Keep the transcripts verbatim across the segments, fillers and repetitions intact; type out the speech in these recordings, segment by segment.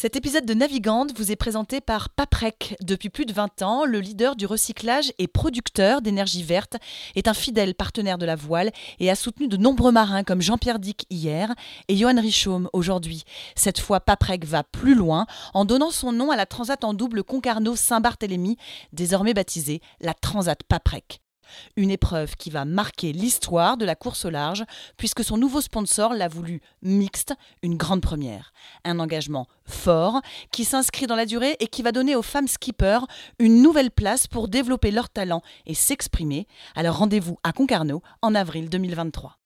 Cet épisode de Navigante vous est présenté par Paprec. Depuis plus de vingt ans, le leader du recyclage et producteur d'énergie verte est un fidèle partenaire de la voile et a soutenu de nombreux marins comme Jean-Pierre Dick hier et Johan Richaume aujourd'hui. Cette fois, Paprec va plus loin en donnant son nom à la transat en double Concarneau-Saint-Barthélemy, désormais baptisée la Transat Paprec. Une épreuve qui va marquer l'histoire de la course au large puisque son nouveau sponsor l'a voulu mixte, une grande première. Un engagement fort qui s'inscrit dans la durée et qui va donner aux femmes skippers une nouvelle place pour développer leur talent et s'exprimer. Alors rendez-vous à Concarneau en avril deux mille vingt-trois.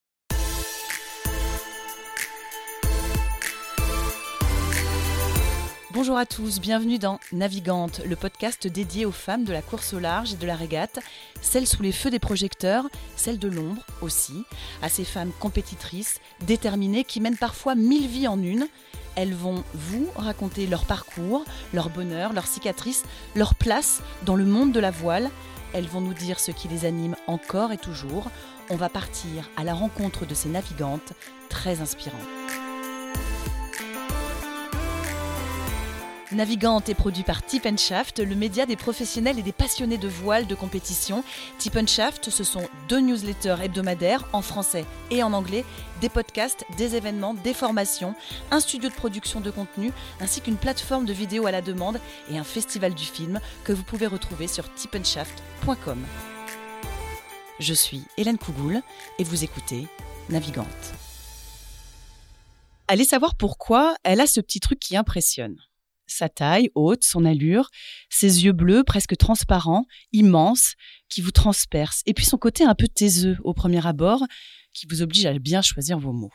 Bonjour à tous, bienvenue dans Navigante, le podcast dédié aux femmes de la course au large et de la régate, celles sous les feux des projecteurs, celles de l'ombre aussi, à ces femmes compétitrices, déterminées, qui mènent parfois mille vies en une. Elles vont vous raconter leur parcours, leur bonheur, leurs cicatrices, leur place dans le monde de la voile. Elles vont nous dire ce qui les anime encore et toujours. On va partir à la rencontre de ces navigantes très inspirantes. Navigante est produit par Tip and Shaft, le média des professionnels et des passionnés de voile de compétition. Tip and Shaft, ce sont deux newsletters hebdomadaires en français et en anglais, des podcasts, des événements, des formations, un studio de production de contenu, ainsi qu'une plateforme de vidéos à la demande et un festival du film que vous pouvez retrouver sur tip and shaft point com. Je suis Hélène Cougoul et vous écoutez Navigante. Allez savoir pourquoi elle a ce petit truc qui impressionne. Sa taille haute, son allure, ses yeux bleus presque transparents, immenses, qui vous transpercent. Et puis son côté un peu taiseux au premier abord, qui vous oblige à bien choisir vos mots.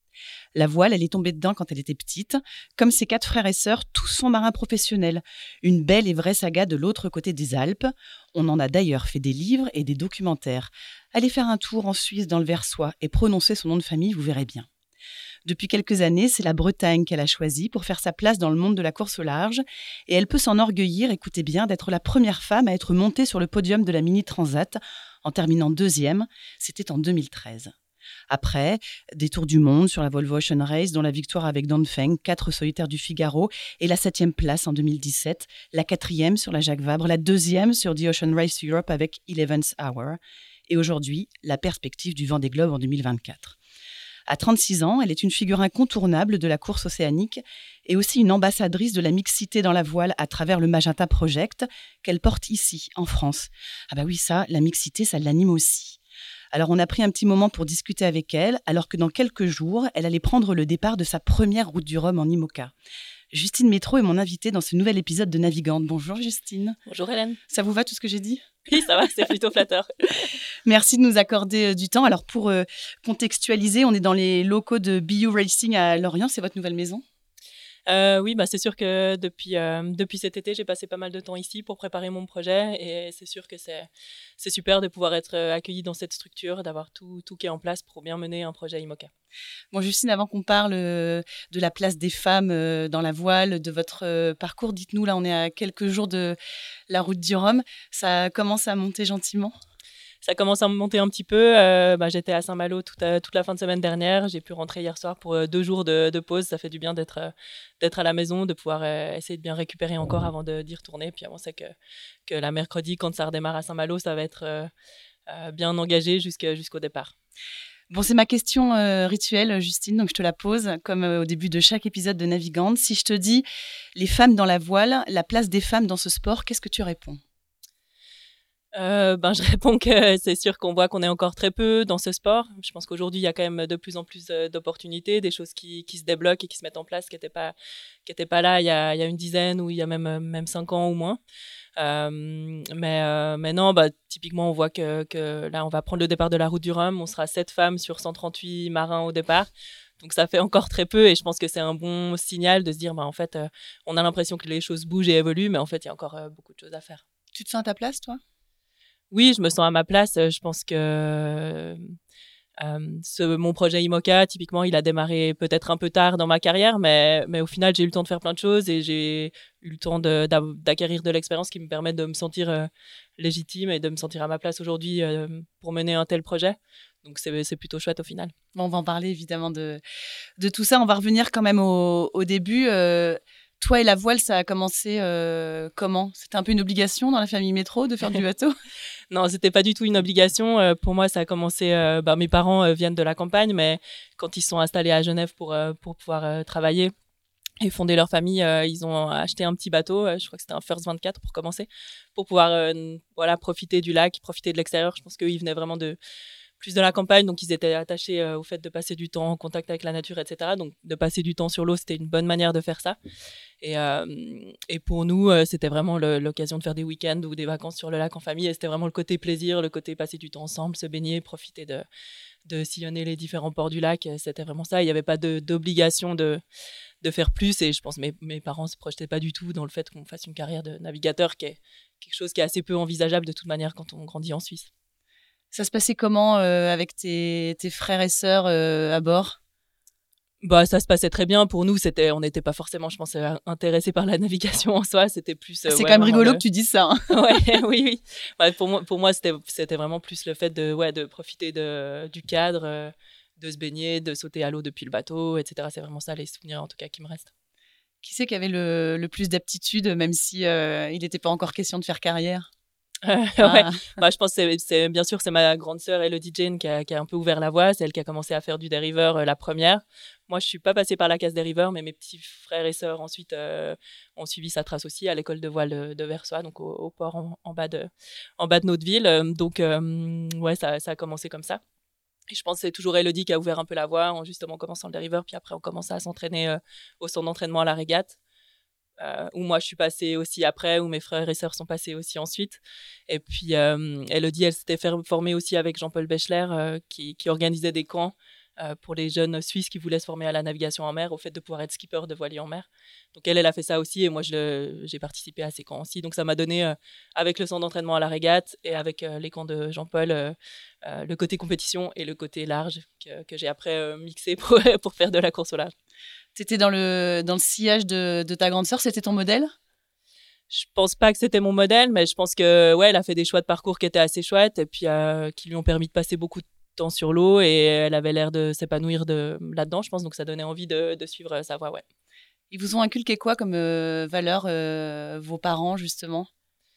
La voile, elle est tombée dedans quand elle était petite. Comme ses quatre frères et sœurs, tous sont marins professionnels. Une belle et vraie saga de l'autre côté des Alpes. On en a d'ailleurs fait des livres et des documentaires. Allez faire un tour en Suisse dans le Versoix et prononcez son nom de famille, vous verrez bien. Depuis quelques années, c'est la Bretagne qu'elle a choisie pour faire sa place dans le monde de la course au large. Et elle peut s'enorgueillir, écoutez bien, d'être la première femme à être montée sur le podium de la Mini Transat en terminant deuxième. C'était en deux mille treize. Après, des tours du monde sur la Volvo Ocean Race, dont la victoire avec Dongfeng, quatre solitaires du Figaro, et la septième place en deux mille dix-sept, la quatrième sur la Jacques Vabre, la deuxième sur The Ocean Race Europe avec eleventh Hour. Et aujourd'hui, la perspective du Vendée Globe en deux mille vingt-quatre. À trente-six ans, elle est une figure incontournable de la course océanique et aussi une ambassadrice de la mixité dans la voile à travers le Magenta Project qu'elle porte ici, en France. Ah bah oui, ça, la mixité, ça l'anime aussi. Alors on a pris un petit moment pour discuter avec elle, alors que dans quelques jours, elle allait prendre le départ de sa première route du Rhum en IMOCA. Justine Métro est mon invitée dans ce nouvel épisode de Navigante. Bonjour Justine. Bonjour Hélène. Ça vous va tout ce que j'ai dit ? Oui, ça va, c'est plutôt flatteur. Merci de nous accorder euh, du temps. Alors pour euh, contextualiser, on est dans les locaux de B U Racing à Lorient, c'est votre nouvelle maison ? Euh, oui, bah c'est sûr que depuis, euh, depuis cet été, j'ai passé pas mal de temps ici pour préparer mon projet et c'est sûr que c'est, c'est super de pouvoir être accueillie dans cette structure, d'avoir tout, tout qui est en place pour bien mener un projet IMOCA. Bon, Justine, avant qu'on parle euh, de la place des femmes euh, dans la voile, de votre euh, parcours, dites-nous, là on est à quelques jours de la route du Rhum, ça commence à monter gentiment ? Ça commence à me monter un petit peu. Euh, bah, j'étais à Saint-Malo toute, euh, toute la fin de semaine dernière. J'ai pu rentrer hier soir pour euh, deux jours de, de pause. Ça fait du bien d'être, euh, d'être à la maison, de pouvoir euh, essayer de bien récupérer encore avant de, d'y retourner. Puis on sait que, que la mercredi, quand ça redémarre à Saint-Malo, ça va être euh, euh, bien engagé jusqu'à, jusqu'au départ. Bon, c'est ma question euh, rituelle, Justine, donc je te la pose comme euh, au début de chaque épisode de Navigante. Si je te dis les femmes dans la voile, la place des femmes dans ce sport, qu'est-ce que tu réponds ? Euh, ben, je réponds que c'est sûr qu'on voit qu'on est encore très peu dans ce sport. Je pense qu'aujourd'hui, il y a quand même de plus en plus euh, d'opportunités, des choses qui, qui se débloquent et qui se mettent en place, qui n'étaient pas, qui étaient pas là il y, a, il y a une dizaine ou il y a même, même cinq ans ou moins. Euh, mais, euh, mais non, bah, typiquement, on voit que, que là, on va prendre le départ de la route du Rhum. On sera sept femmes sur cent trente-huit marins au départ. Donc, ça fait encore très peu et je pense que c'est un bon signal de se dire, bah, en fait, euh, on a l'impression que les choses bougent et évoluent, mais en fait, il y a encore euh, beaucoup de choses à faire. Tu te sens à ta place, toi ? Oui, je me sens à ma place. Je pense que euh, ce, mon projet IMOCA, typiquement, il a démarré peut-être un peu tard dans ma carrière, mais, mais au final, j'ai eu le temps de faire plein de choses et j'ai eu le temps de, d'acquérir de l'expérience qui me permet de me sentir euh, légitime et de me sentir à ma place aujourd'hui euh, pour mener un tel projet. Donc, c'est, c'est plutôt chouette au final. Bon, on va en parler évidemment de, de tout ça. On va revenir quand même au, au début. Euh, toi et la voile, ça a commencé euh, comment ? C'était un peu une obligation dans la famille Métro de faire du bateau ? Non, c'était pas du tout une obligation. Euh, pour moi, ça a commencé. Euh, bah, mes parents euh, viennent de la campagne, mais quand ils sont installés à Genève pour euh, pour pouvoir euh, travailler et fonder leur famille, euh, ils ont acheté un petit bateau. Euh, je crois que c'était un First vingt-quatre pour commencer, pour pouvoir euh, voilà profiter du lac, profiter de l'extérieur. Je pense qu'eux, ils venaient vraiment de plus de la campagne, donc ils étaient attachés euh, au fait de passer du temps en contact avec la nature, et cetera. Donc de passer du temps sur l'eau, c'était une bonne manière de faire ça. Et, euh, et pour nous, euh, c'était vraiment le, l'occasion de faire des week-ends ou des vacances sur le lac en famille. Et c'était vraiment le côté plaisir, le côté passer du temps ensemble, se baigner, profiter de, de sillonner les différents ports du lac. C'était vraiment ça. Il n'y avait pas de, d'obligation de, de faire plus. Et je pense que mes, mes parents ne se projetaient pas du tout dans le fait qu'on fasse une carrière de navigateur, qui est quelque chose qui est assez peu envisageable de toute manière quand on grandit en Suisse. Ça se passait comment euh, avec tes, tes frères et sœurs euh, à bord ? Bah, ça se passait très bien. Pour nous, c'était, on n'était pas forcément, je pense, intéressés par la navigation en soi. C'était plus. C'est euh, ouais, quand même rigolo le... que tu dises ça. Hein. Ouais, oui, oui. Ouais, pour moi, pour moi, c'était, c'était vraiment plus le fait de, ouais, de profiter de, du cadre, euh, de se baigner, de sauter à l'eau depuis le bateau, et cetera. C'est vraiment ça les souvenirs, en tout cas, qui me restent. Qui c'est qui avait le, le plus d'aptitude, même si euh, il n'était pas encore question de faire carrière ? Euh, ah. Ouais, bah, je pense que c'est, c'est, bien sûr, c'est ma grande sœur Elodie Jane qui a, qui a un peu ouvert la voie. C'est elle qui a commencé à faire du dériveur euh, la première. Moi, je suis pas passée par la case dériveur, mais mes petits frères et sœurs ensuite euh, ont suivi sa trace aussi à l'école de voile de, de Versoix, donc au, au port en, en, bas de, en bas de notre ville. Donc, euh, ouais, ça, ça a commencé comme ça. Et je pense que c'est toujours Elodie qui a ouvert un peu la voie en justement commençant le dériveur, puis après on commençait à s'entraîner euh, au centre d'entraînement à la régate. Euh, où moi je suis passée aussi après, où mes frères et sœurs sont passés aussi ensuite. Et puis euh, Elodie, elle s'était formée aussi avec Jean-Paul Bechler euh, qui, qui organisait des camps euh, pour les jeunes Suisses qui voulaient se former à la navigation en mer, au fait de pouvoir être skipper de voilier en mer. Donc elle, elle a fait ça aussi et moi je le, j'ai participé à ces camps aussi. Donc ça m'a donné, euh, avec le centre d'entraînement à la régate et avec euh, les camps de Jean-Paul, euh, euh, le côté compétition et le côté large que, que j'ai après euh, mixé pour, pour faire de la course au large. T'étais dans le, dans le sillage de, de ta grande sœur, c'était ton modèle ? Je pense pas que c'était mon modèle, mais je pense que ouais, elle a fait des choix de parcours qui étaient assez chouettes et puis euh, qui lui ont permis de passer beaucoup de temps sur l'eau et elle avait l'air de s'épanouir de, là-dedans, je pense, donc ça donnait envie de, de suivre sa voie, ouais. Ils vous ont inculqué quoi comme euh, valeur, euh, vos parents, justement ?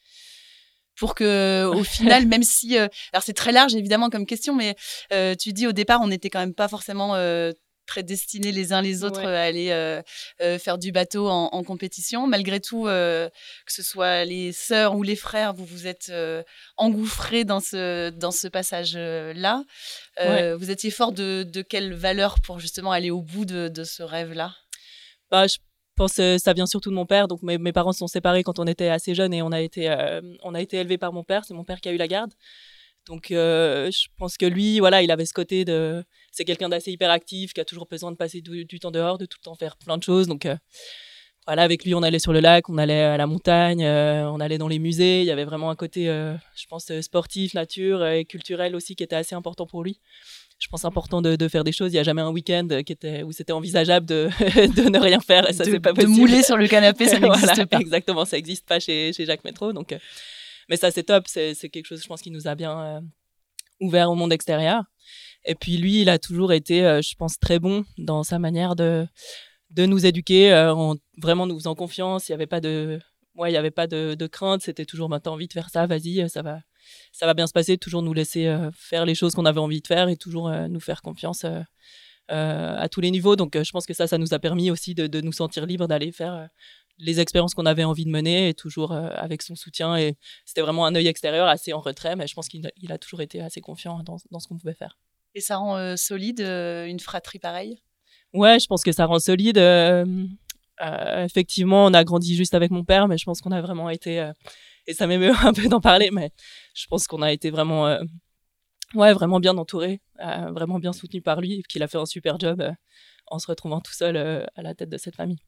Pour que, au final, même si... Euh, alors, c'est très large, évidemment, comme question, mais euh, tu dis, au départ, on n'était quand même pas forcément... Euh, prédestinés les uns les autres ouais. à aller euh, euh, faire du bateau en, en compétition. Malgré tout, euh, que ce soit les sœurs ou les frères, vous vous êtes euh, engouffrés dans ce, dans ce passage-là. Euh, ouais. Vous étiez fort de, de quelle valeur pour justement aller au bout de, de ce rêve-là ? Bah, je pense que ça vient surtout de mon père. Donc mes, mes parents se sont séparés quand on était assez jeunes et on a été, euh, on a été élevés par mon père. C'est mon père qui a eu la garde. Donc, euh, je pense que lui, voilà, il avait ce côté de... C'est quelqu'un d'assez hyperactif, qui a toujours besoin de passer du, du temps dehors, de tout le temps faire plein de choses. Donc, euh, voilà, avec lui, on allait sur le lac, on allait à la montagne, euh, on allait dans les musées. Il y avait vraiment un côté, euh, je pense, sportif, nature et culturel aussi qui était assez important pour lui. Je pense important de, de faire des choses. Il n'y a jamais un week-end qui était, où c'était envisageable de, de ne rien faire. Et ça, de, c'est pas possible. De mouler sur le canapé, ça n'existe voilà, pas. Exactement, ça n'existe pas chez, chez Jacques Métro. Donc... Euh, Mais ça, c'est top. C'est, c'est quelque chose, je pense, qui nous a bien euh, ouvert au monde extérieur. Et puis, lui, il a toujours été, euh, je pense, très bon dans sa manière de, de nous éduquer, euh, en vraiment nous faisant confiance. Il n'y avait pas de, ouais, il y avait pas de, de crainte. C'était toujours, bah, t'as envie de faire ça, vas-y, ça va, ça va bien se passer. Toujours nous laisser euh, faire les choses qu'on avait envie de faire et toujours euh, nous faire confiance euh, euh, à tous les niveaux. Donc, euh, je pense que ça, ça nous a permis aussi de, de nous sentir libres d'aller faire... Euh, les expériences qu'on avait envie de mener et toujours euh, avec son soutien. Et c'était vraiment un œil extérieur assez en retrait, mais je pense qu'il a, il a toujours été assez confiant dans, dans ce qu'on pouvait faire. Et ça rend euh, solide euh, une fratrie pareille ? Ouais, je pense que ça rend solide. Euh, euh, effectivement, on a grandi juste avec mon père, mais je pense qu'on a vraiment été... Euh, et ça m'émeut un peu d'en parler, mais je pense qu'on a été vraiment... Euh, ouais, vraiment bien entouré, euh, vraiment bien soutenu par lui, et qu'il a fait un super job euh, en se retrouvant tout seul euh, à la tête de cette famille.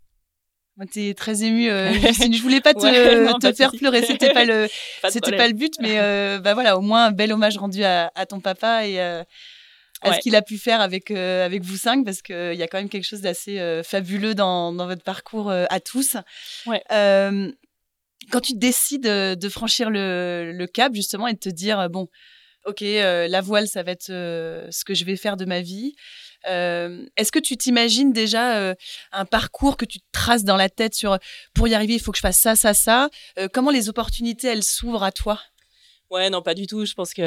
T'es très émue, euh, Justine. Je voulais pas te, ouais, non, te pas faire pleurer, c'était pas le, pas c'était pas le but, mais euh, bah voilà, au moins un bel hommage rendu à, à ton papa et euh, à ouais. ce qu'il a pu faire avec euh, avec vous cinq, parce que il y a quand même quelque chose d'assez euh, fabuleux dans dans votre parcours euh, à tous. Ouais. Euh, quand tu décides de franchir le, le cap justement et de te dire bon, Ok, euh, la voile, ça va être euh, ce que je vais faire de ma vie. Euh, est-ce que tu t'imagines déjà euh, un parcours que tu te traces dans la tête sur pour y arriver, il faut que je fasse ça, ça, ça. Euh, comment les opportunités, elles s'ouvrent à toi? Ouais, non, pas du tout. Je pense que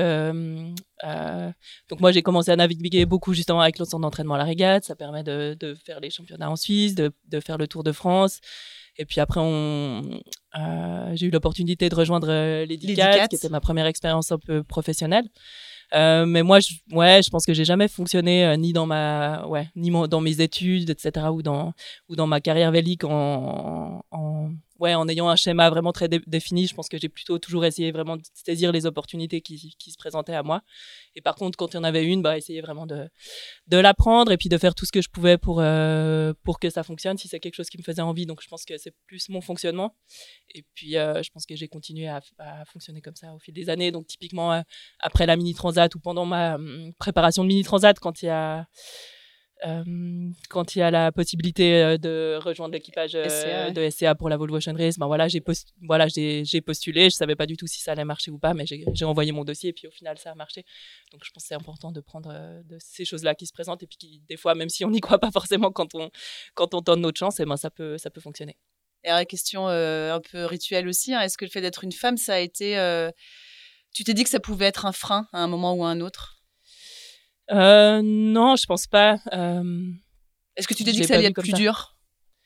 euh, donc moi j'ai commencé à naviguer beaucoup justement avec le centre d'entraînement à la régate. Ça permet de, de faire les championnats en Suisse, de, de faire le Tour de France. Et puis après, on, euh, j'ai eu l'opportunité de rejoindre les Dicats, qui était ma première expérience un peu professionnelle. Euh, mais moi, je, ouais, je pense que j'ai jamais fonctionné euh, ni dans ma, ouais, ni mon, dans mes études, et cetera, ou dans, ou dans ma carrière vélique en, en, ouais, en ayant un schéma vraiment très dé- défini. Je pense que j'ai plutôt toujours essayé vraiment de saisir les opportunités qui, qui se présentaient à moi. Et par contre, quand il y en avait une, bah, essayer vraiment de, de l'apprendre et puis de faire tout ce que je pouvais pour, euh, pour que ça fonctionne, si c'est quelque chose qui me faisait envie. Donc, je pense que c'est plus mon fonctionnement. Et puis, euh, je pense que j'ai continué à, à fonctionner comme ça au fil des années. Donc, typiquement, euh, après la Mini Transat ou pendant ma euh, préparation de Mini Transat, quand il y a, euh, quand il y a la possibilité euh, de rejoindre l'équipage euh, S C A, ouais. de S C A pour la Volvo Ocean Race, ben voilà, j'ai, post- voilà, j'ai, j'ai postulé. Je savais pas du tout si ça allait marcher ou pas, mais j'ai, j'ai envoyé mon dossier et puis au final, ça a marché. Donc, je pense que c'est important de prendre euh, de ces choses-là qui se présentent et puis qui, des fois, même si on n'y croit pas forcément quand on, quand on donne notre chance, et ben, ça peut, ça peut fonctionner. Et alors, la question euh, un peu rituelle aussi, hein, est-ce que le fait d'être une femme, ça a été... Euh, tu t'es dit que ça pouvait être un frein à un moment ou à un autre? Euh, non, je pense pas. Euh, Est-ce que tu t'es dit j'ai que ça pas allait vu être comme plus ça. dur?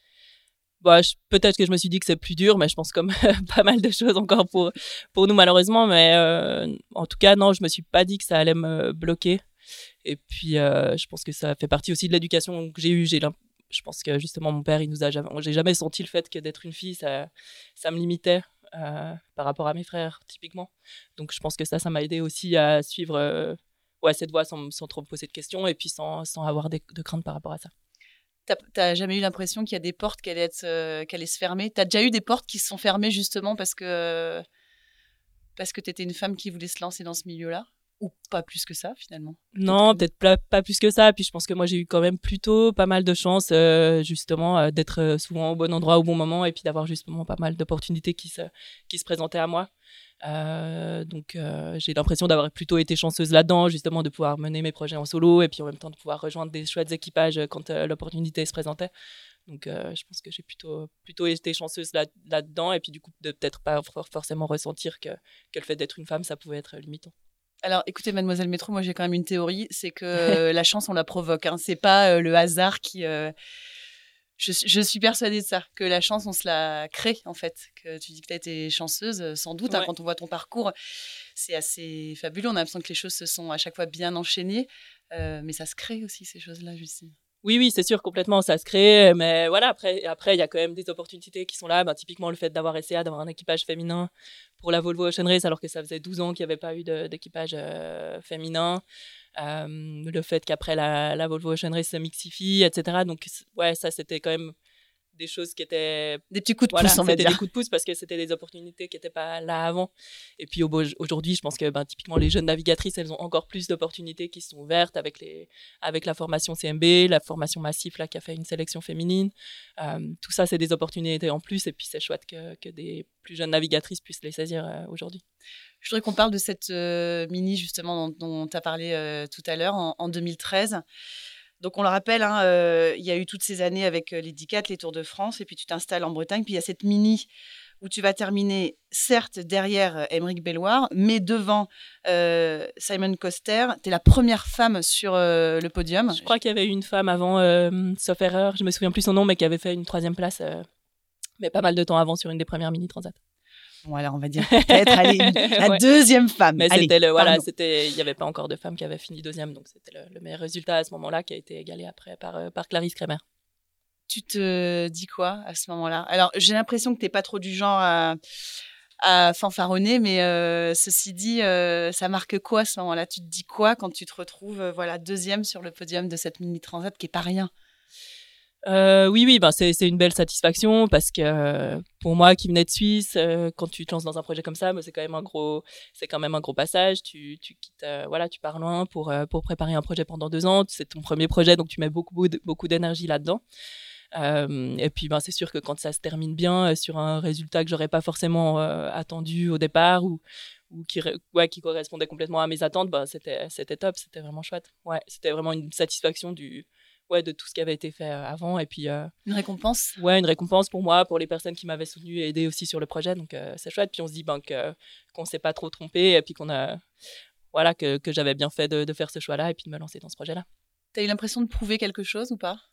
Bah, je- peut-être que je me suis dit que c'est plus dur, mais je pense comme pas mal de choses encore pour pour nous malheureusement. Mais euh, en tout cas, non, je me suis pas dit que ça allait me bloquer. Et puis, euh, je pense que ça fait partie aussi de l'éducation que j'ai eue. J'ai l'imp- je pense que justement mon père, il nous a jamais, j'ai jamais senti le fait que d'être une fille, ça ça me limitait euh, par rapport à mes frères typiquement. Donc, je pense que ça, ça m'a aidé aussi à suivre euh, ouais cette voie sans sans trop me poser de questions et puis sans sans avoir des- de craintes par rapport à ça. T'as, t'as jamais eu l'impression qu'il y a des portes qui allaient, être, euh, qui allaient se fermer? T'as déjà eu des portes qui se sont fermées justement parce que, parce que t'étais une femme qui voulait se lancer dans ce milieu-là? Ou pas plus que ça, finalement? Peut-être Non, que... peut-être pas, pas plus que ça. Puis je pense que moi, j'ai eu quand même plutôt pas mal de chance, euh, justement, euh, d'être euh, souvent au bon endroit au bon moment et puis d'avoir justement pas mal d'opportunités qui se, qui se présentaient à moi. Euh, donc, euh, j'ai l'impression d'avoir plutôt été chanceuse là-dedans, justement, de pouvoir mener mes projets en solo et puis en même temps de pouvoir rejoindre des chouettes équipages quand euh, l'opportunité se présentait. Donc, euh, je pense que j'ai plutôt, plutôt été chanceuse là, là-dedans et puis du coup, de peut-être pas for- forcément ressentir que, que le fait d'être une femme, ça pouvait être limitant. Alors, écoutez, Mademoiselle Métro, moi j'ai quand même une théorie, c'est que la chance, on la provoque. Hein. C'est pas euh, le hasard qui. euh, Je, je suis persuadée de ça, que la chance, on se la crée en fait. Que tu dis que tu as été chanceuse, euh, sans doute. Hein, Ouais. quand on voit ton parcours, c'est assez fabuleux. On a l'impression que les choses se sont à chaque fois bien enchaînées, euh, mais ça se crée aussi ces choses-là, Justine. Oui, oui, c'est sûr, complètement, ça se crée. Mais voilà, après, après, il y a quand même des opportunités qui sont là. Ben, typiquement, le fait d'avoir S C A, d'avoir un équipage féminin pour la Volvo Ocean Race, alors que ça faisait douze ans qu'il n'y avait pas eu de- d'équipage euh, féminin. Euh, le fait qu'après la, la Volvo Ocean Race se mixifie, et cetera. Donc, c- ouais, ça, c'était quand même des choses qui étaient Des petits coups de voilà, pouce, on va c'était dire. des coups de pouce parce que c'était des opportunités qui n'étaient pas là avant. Et puis au- aujourd'hui, je pense que ben, typiquement les jeunes navigatrices, elles ont encore plus d'opportunités qui sont ouvertes avec, les, avec la formation C M B, la formation Massif là, qui a fait une sélection féminine. Euh, tout ça, c'est des opportunités en plus. Et puis c'est chouette que, que des plus jeunes navigatrices puissent les saisir euh, aujourd'hui. Je voudrais qu'on parle de cette euh, mini justement dont, dont tu as parlé euh, tout à l'heure en, en deux mille treize. Donc, on le rappelle, hein, euh, il y a eu toutes ces années avec euh, les Dicats, les Tours de France, et puis tu t'installes en Bretagne. Puis il y a cette mini où tu vas terminer, certes, derrière euh, Émeric Belloir, mais devant euh, Simon Coster. Tu es la première femme sur euh, le podium. Je crois qu'il y avait eu une femme avant, euh, sauf erreur, je me souviens plus son nom, mais qui avait fait une troisième place, euh, mais pas mal de temps avant sur une des premières mini transat. Bon, alors on va dire peut-être, allez, la Ouais. deuxième femme. Mais Allez, c'était le, voilà, pardon. c'était, il n'y avait pas encore de femme qui avait fini deuxième, donc c'était le, le meilleur résultat à ce moment-là qui a été égalé après par, euh, par Clarisse Kremer. Tu te dis quoi à ce moment-là? Alors, j'ai l'impression que tu n'es pas trop du genre à, à fanfaronner, mais euh, ceci dit, euh, ça marque quoi à ce moment-là? Tu te dis quoi quand tu te retrouves euh, voilà, deuxième sur le podium de cette mini transat qui n'est pas rien? Euh, oui, oui, ben c'est, c'est une belle satisfaction parce que euh, pour moi qui venais de Suisse, euh, quand tu te lances dans un projet comme ça, ben, c'est quand même un gros, c'est quand même un gros passage. Tu, tu quittes, euh, voilà, tu pars loin pour euh, pour préparer un projet pendant deux ans. C'est ton premier projet, donc tu mets beaucoup beaucoup d'énergie là-dedans. Euh, et puis, ben, c'est sûr que quand ça se termine bien, euh, sur un résultat que j'aurais pas forcément euh, attendu au départ ou, ou qui, ouais, qui correspondait complètement à mes attentes, ben, c'était, c'était top, c'était vraiment chouette. Ouais, c'était vraiment une satisfaction du, ouais, de tout ce qui avait été fait avant. Et puis, euh, une récompense. Ouais, une récompense pour moi, pour les personnes qui m'avaient soutenu et aidé aussi sur le projet. Donc, euh, c'est chouette. Puis, on se dit ben, que, qu'on ne s'est pas trop trompé et puis qu'on a, voilà, que, que j'avais bien fait de, de faire ce choix-là et puis de me lancer dans ce projet-là. T'as eu l'impression de prouver quelque chose ou pas?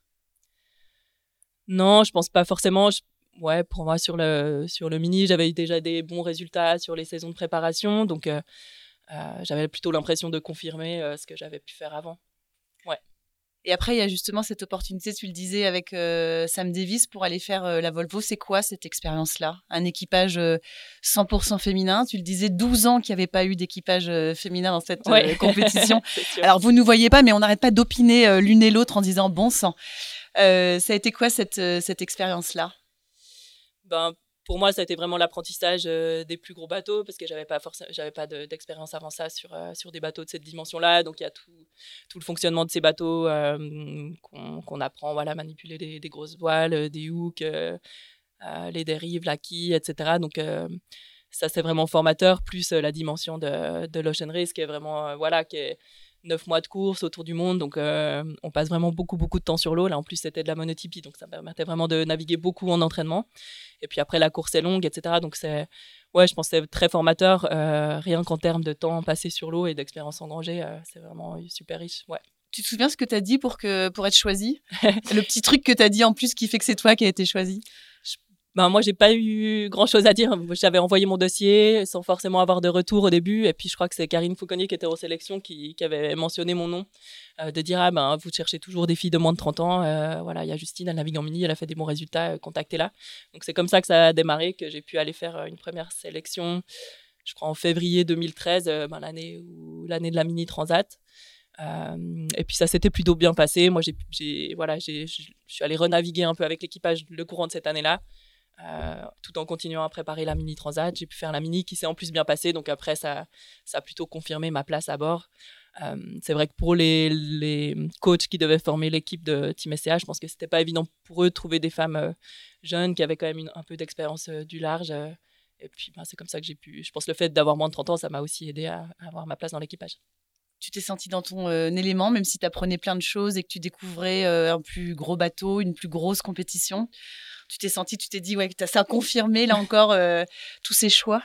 Non, je pense pas forcément. Je, ouais, pour moi, sur le, sur le mini, j'avais eu déjà des bons résultats sur les saisons de préparation. Donc, euh, euh, j'avais plutôt l'impression de confirmer euh, ce que j'avais pu faire avant. Ouais. Et après, il y a justement cette opportunité, tu le disais, avec euh, Sam Davis pour aller faire euh, la Volvo. C'est quoi cette expérience-là? Un équipage euh, cent pour cent féminin. Tu le disais, douze ans qu'il n'y avait pas eu d'équipage euh, féminin dans cette ouais. euh, compétition. Alors, vous ne nous voyez pas, mais on n'arrête pas d'opiner euh, l'une et l'autre en disant bon sang. Euh, ça a été quoi cette, euh, cette expérience-là? Ben, pour moi, ça a été vraiment l'apprentissage euh, des plus gros bateaux parce que j'avais pas forcément, j'avais pas de, d'expérience avant ça sur euh, sur des bateaux de cette dimension-là. Donc il y a tout tout le fonctionnement de ces bateaux euh, qu'on, qu'on apprend, voilà, manipuler des, des grosses voiles, des hooks, euh, euh, les dérives, la quille, et cetera. Donc euh, ça c'est vraiment formateur. Plus euh, la dimension de de l'Ocean Race qui est vraiment euh, voilà qui est neuf mois de course autour du monde, donc euh, on passe vraiment beaucoup, beaucoup de temps sur l'eau. Là, en plus, c'était de la monotypie, donc ça me permettait vraiment de naviguer beaucoup en entraînement. Et puis après, la course est longue, et cetera. Donc, c'est, ouais, je pense que c'est très formateur, euh, rien qu'en termes de temps passé sur l'eau et d'expérience engrangée, euh, c'est vraiment super riche, ouais. Tu te souviens ce que tu as dit pour, que, pour être choisi? Le petit truc que tu as dit en plus qui fait que c'est toi qui as été choisi? Ben, moi, j'ai pas eu grand chose à dire. J'avais envoyé mon dossier sans forcément avoir de retour au début. Et puis, je crois que c'est Karine Fauconnier qui était en sélection qui, qui avait mentionné mon nom, euh, de dire, ah ben, vous cherchez toujours des filles de moins de trente ans. Euh, voilà, il y a Justine, elle navigue en mini, elle a fait des bons résultats, euh, contactez-la. Donc, c'est comme ça que ça a démarré, que j'ai pu aller faire une première sélection, je crois en février deux mille treize, euh, ben, l'année, où, l'année de la mini transat. Euh, et puis ça s'était plutôt bien passé. Moi, j'ai, j'ai, voilà, j'ai, je suis allée renaviguer un peu avec l'équipage le courant de cette année-là. Euh, tout en continuant à préparer la mini transat, j'ai pu faire la mini qui s'est en plus bien passée, donc après ça, ça a plutôt confirmé ma place à bord. Euh, c'est vrai que pour les, les coachs qui devaient former l'équipe de Team S C A, je pense que c'était pas évident pour eux de trouver des femmes euh, jeunes qui avaient quand même une, un peu d'expérience euh, du large, euh, et puis ben, c'est comme ça que j'ai pu, je pense que le fait d'avoir moins de trente ans, ça m'a aussi aidé à, à avoir ma place dans l'équipage. Tu t'es sentie dans ton euh, élément, même si tu apprenais plein de choses et que tu découvrais euh, un plus gros bateau, une plus grosse compétition. Tu t'es sentie, tu t'es dit, ouais, ça a confirmé, là encore, euh, tous ces choix?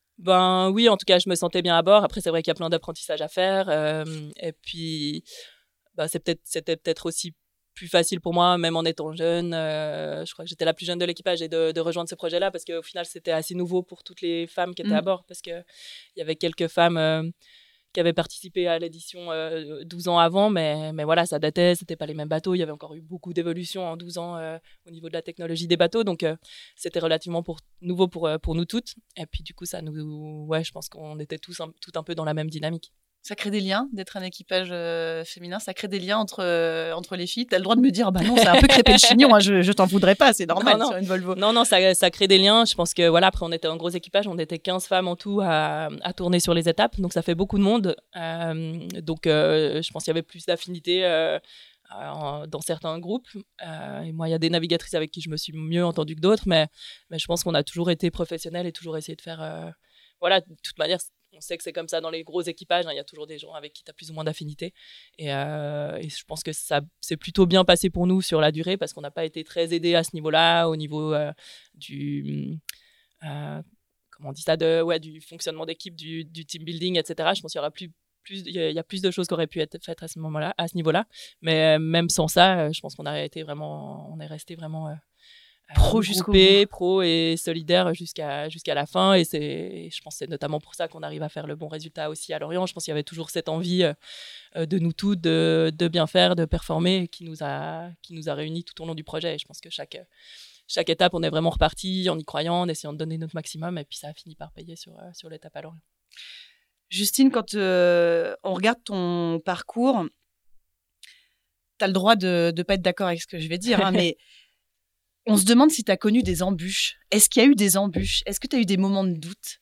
Ben oui, en tout cas, je me sentais bien à bord. Après, c'est vrai qu'il y a plein d'apprentissages à faire. Euh, et puis, ben, c'est peut-être, c'était peut-être aussi plus facile pour moi, même en étant jeune. Euh, je crois que j'étais la plus jeune de l'équipage et de, de rejoindre ce projet-là parce qu'au final, c'était assez nouveau pour toutes les femmes qui étaient mmh. à bord parce qu'il y avait quelques femmes... Euh, qui avaient participé à l'édition euh, douze ans avant, mais, mais voilà, ça datait, c'était pas les mêmes bateaux, il y avait encore eu beaucoup d'évolutions en douze ans euh, au niveau de la technologie des bateaux, donc euh, c'était relativement pour, nouveau pour, euh, pour nous toutes, et puis du coup, ça nous, ouais, je pense qu'on était tous un, tout un peu dans la même dynamique. Ça crée des liens d'être un équipage euh, féminin, ça crée des liens entre, euh, entre les filles. Tu as le droit de me dire, bah non, c'est un peu crêpé le chignon, hein, je, je t'en voudrais pas, c'est normal non, non. sur une Volvo. Non, non, ça, ça crée des liens. Je pense que voilà, après, on était un gros équipage, on était quinze femmes en tout à, à tourner sur les étapes, donc ça fait beaucoup de monde. Euh, donc, euh, je pense qu'il y avait plus d'affinité euh, dans certains groupes. Euh, et moi, il y a des navigatrices avec qui je me suis mieux entendue que d'autres, mais, mais je pense qu'on a toujours été professionnels et toujours essayé de faire. Euh, voilà, de toute manière, on sait que c'est comme ça dans les gros équipages, hein, il y a toujours des gens avec qui tu as plus ou moins d'affinité. Et, euh, et je pense que ça s'est plutôt bien passé pour nous sur la durée parce qu'on n'a pas été très aidés à ce niveau-là, au niveau euh, du, euh, comment on dit ça, de, ouais, du fonctionnement d'équipe, du, du team building, et cetera. Je pense qu'il y aura plus, plus, il y a plus de choses qui auraient pu être faites à ce moment-là, à ce niveau-là. Mais euh, même sans ça, je pense qu'on a été vraiment, on est resté vraiment... Euh, pro jusqu'au bout. pro et solidaire jusqu'à jusqu'à la fin, et c'est, je pense que c'est notamment pour ça qu'on arrive à faire le bon résultat aussi à Lorient. Je pense qu'il y avait toujours cette envie euh, de nous toutes de, de bien faire, de performer, qui nous a qui nous a réunis tout au long du projet. Et je pense que chaque chaque étape, on est vraiment reparti en y croyant, en essayant de donner notre maximum, et puis ça a fini par payer sur sur l'étape à Lorient. Justine, quand euh, on regarde ton parcours, tu as le droit de ne pas être d'accord avec ce que je vais dire, hein, mais on se demande si tu as connu des embûches. Est-ce qu'il y a eu des embûches? Est-ce que tu as eu des moments de doute?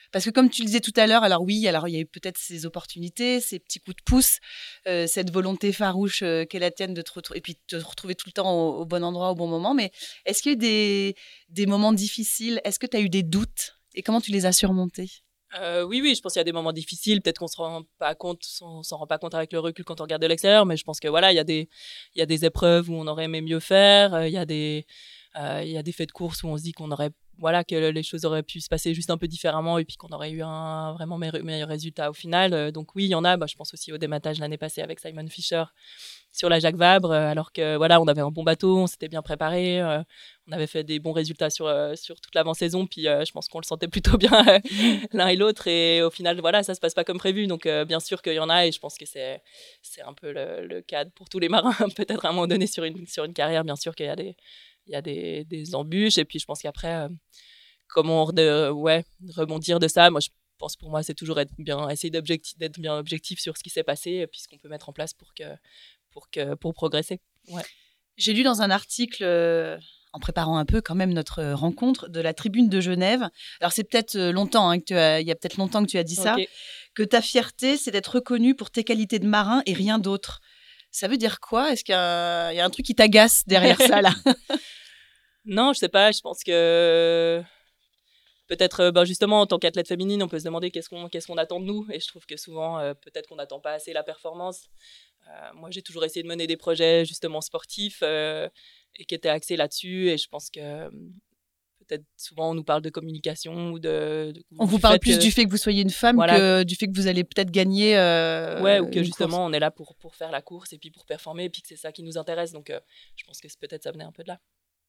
Parce que comme tu le disais tout à l'heure, alors oui, alors il y a eu peut-être ces opportunités, ces petits coups de pouce, euh, cette volonté farouche euh, qu'est la tienne de te retrouver, et puis de te retrouver tout le temps au, au bon endroit, au bon moment. Mais est-ce qu'il y a eu des, des moments difficiles? Est-ce que tu as eu des doutes? Et comment tu les as surmontés? Euh, oui, oui, je pense qu'il y a des moments difficiles. Peut-être qu'on se rend pas compte, on s'en rend pas compte avec le recul quand on regarde de l'extérieur, mais je pense que voilà, il y a des, il y a des épreuves où on aurait aimé mieux faire. Euh, Il y a des, euh, il y a des faits de course où on se dit qu'on aurait, voilà, que les choses auraient pu se passer juste un peu différemment et puis qu'on aurait eu un vraiment meilleur, meilleur résultat au final. Euh, donc oui, il y en a. Bah, je pense aussi au dématage l'année passée avec Simon Fisher sur la Jacques Vabre, euh, alors que voilà, on avait un bon bateau, on s'était bien préparé, euh, on avait fait des bons résultats sur euh, sur toute l'avant-saison, puis euh, je pense qu'on le sentait plutôt bien euh, l'un et l'autre, et au final voilà, ça se passe pas comme prévu, donc euh, bien sûr qu'il y en a, et je pense que c'est c'est un peu le, le cas pour tous les marins peut-être à un moment donné sur une sur une carrière, bien sûr qu'il y a des il y a des des embûches, et puis je pense qu'après euh, comment de, ouais, rebondir de ça, moi je pense pour moi c'est toujours être bien, essayer d'être bien objectif sur ce qui s'est passé, puis ce qu'on peut mettre en place pour que pour, que, pour progresser. Ouais. J'ai lu dans un article, euh, en préparant un peu quand même notre rencontre, de la Tribune de Genève. Alors c'est peut-être longtemps, hein, que tu as, il y a peut-être longtemps que tu as dit ça, okay. que ta fierté, c'est d'être reconnu pour tes qualités de marin et rien d'autre. Ça veut dire quoi? Est-ce qu'il y a, il y a un truc qui t'agace derrière ça, là? Non, je sais pas. Je pense que peut-être, ben justement, en tant qu'athlète féminine, on peut se demander qu'est-ce qu'on, qu'est-ce qu'on attend de nous. Et je trouve que souvent, euh, peut-être qu'on n'attend pas assez la performance. Euh, moi, j'ai toujours essayé de mener des projets justement sportifs euh, et qui étaient axés là-dessus. Et je pense que peut-être souvent on nous parle de communication ou de. de on vous parle plus que, du fait que vous soyez une femme, voilà, que du fait que vous allez peut-être gagner. Euh, ouais, ou que justement course. On est là pour pour faire la course et puis pour performer et puis que c'est ça qui nous intéresse. Donc, euh, je pense que c'est, peut-être ça venait un peu de là.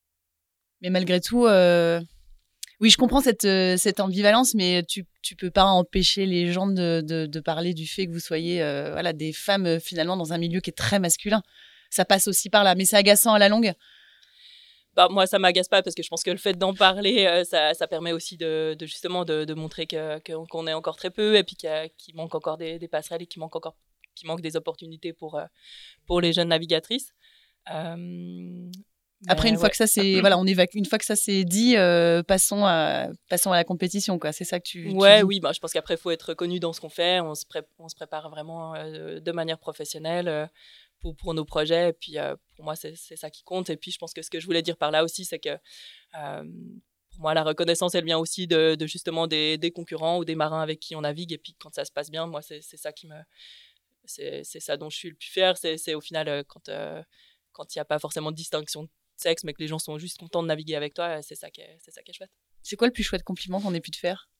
Mais malgré tout. Euh... Oui, je comprends cette, euh, cette ambivalence, mais tu tu peux pas empêcher les gens de, de, de parler du fait que vous soyez euh, voilà, des femmes euh, finalement dans un milieu qui est très masculin. Ça passe aussi par là, mais c'est agaçant à la longue. Bah, moi, ça m'agace pas parce que je pense que le fait d'en parler, euh, ça, ça permet aussi de, de justement de, de montrer que, que, qu'on est encore très peu et puis qu'il, qu'il manque encore des, des passerelles et qu'il manque encore qu'il manque des opportunités pour, euh, pour les jeunes navigatrices. Euh, Après, une ouais. fois que ça c'est voilà, on évacue. Une fois que ça c'est dit, euh, passons à passons à la compétition, quoi. C'est ça que tu. Ouais, tu oui. Bah, je pense qu'après, il faut être reconnu dans ce qu'on fait. On se, pré- on se prépare vraiment euh, de manière professionnelle euh, pour pour nos projets. Et puis, euh, pour moi, c'est, c'est ça qui compte. Et puis, je pense que ce que je voulais dire par là aussi, c'est que euh, pour moi, la reconnaissance, elle vient aussi de, de justement des, des concurrents ou des marins avec qui on navigue. Et puis, quand ça se passe bien, moi, c'est, c'est ça qui me, c'est, c'est ça dont je suis le plus fier. C'est, c'est au final euh, quand euh, quand il n'y a pas forcément de distinction sexe, mais que les gens sont juste contents de naviguer avec toi, c'est ça qui est, c'est ça qui est chouette. C'est quoi le plus chouette compliment qu'on ait pu te faire?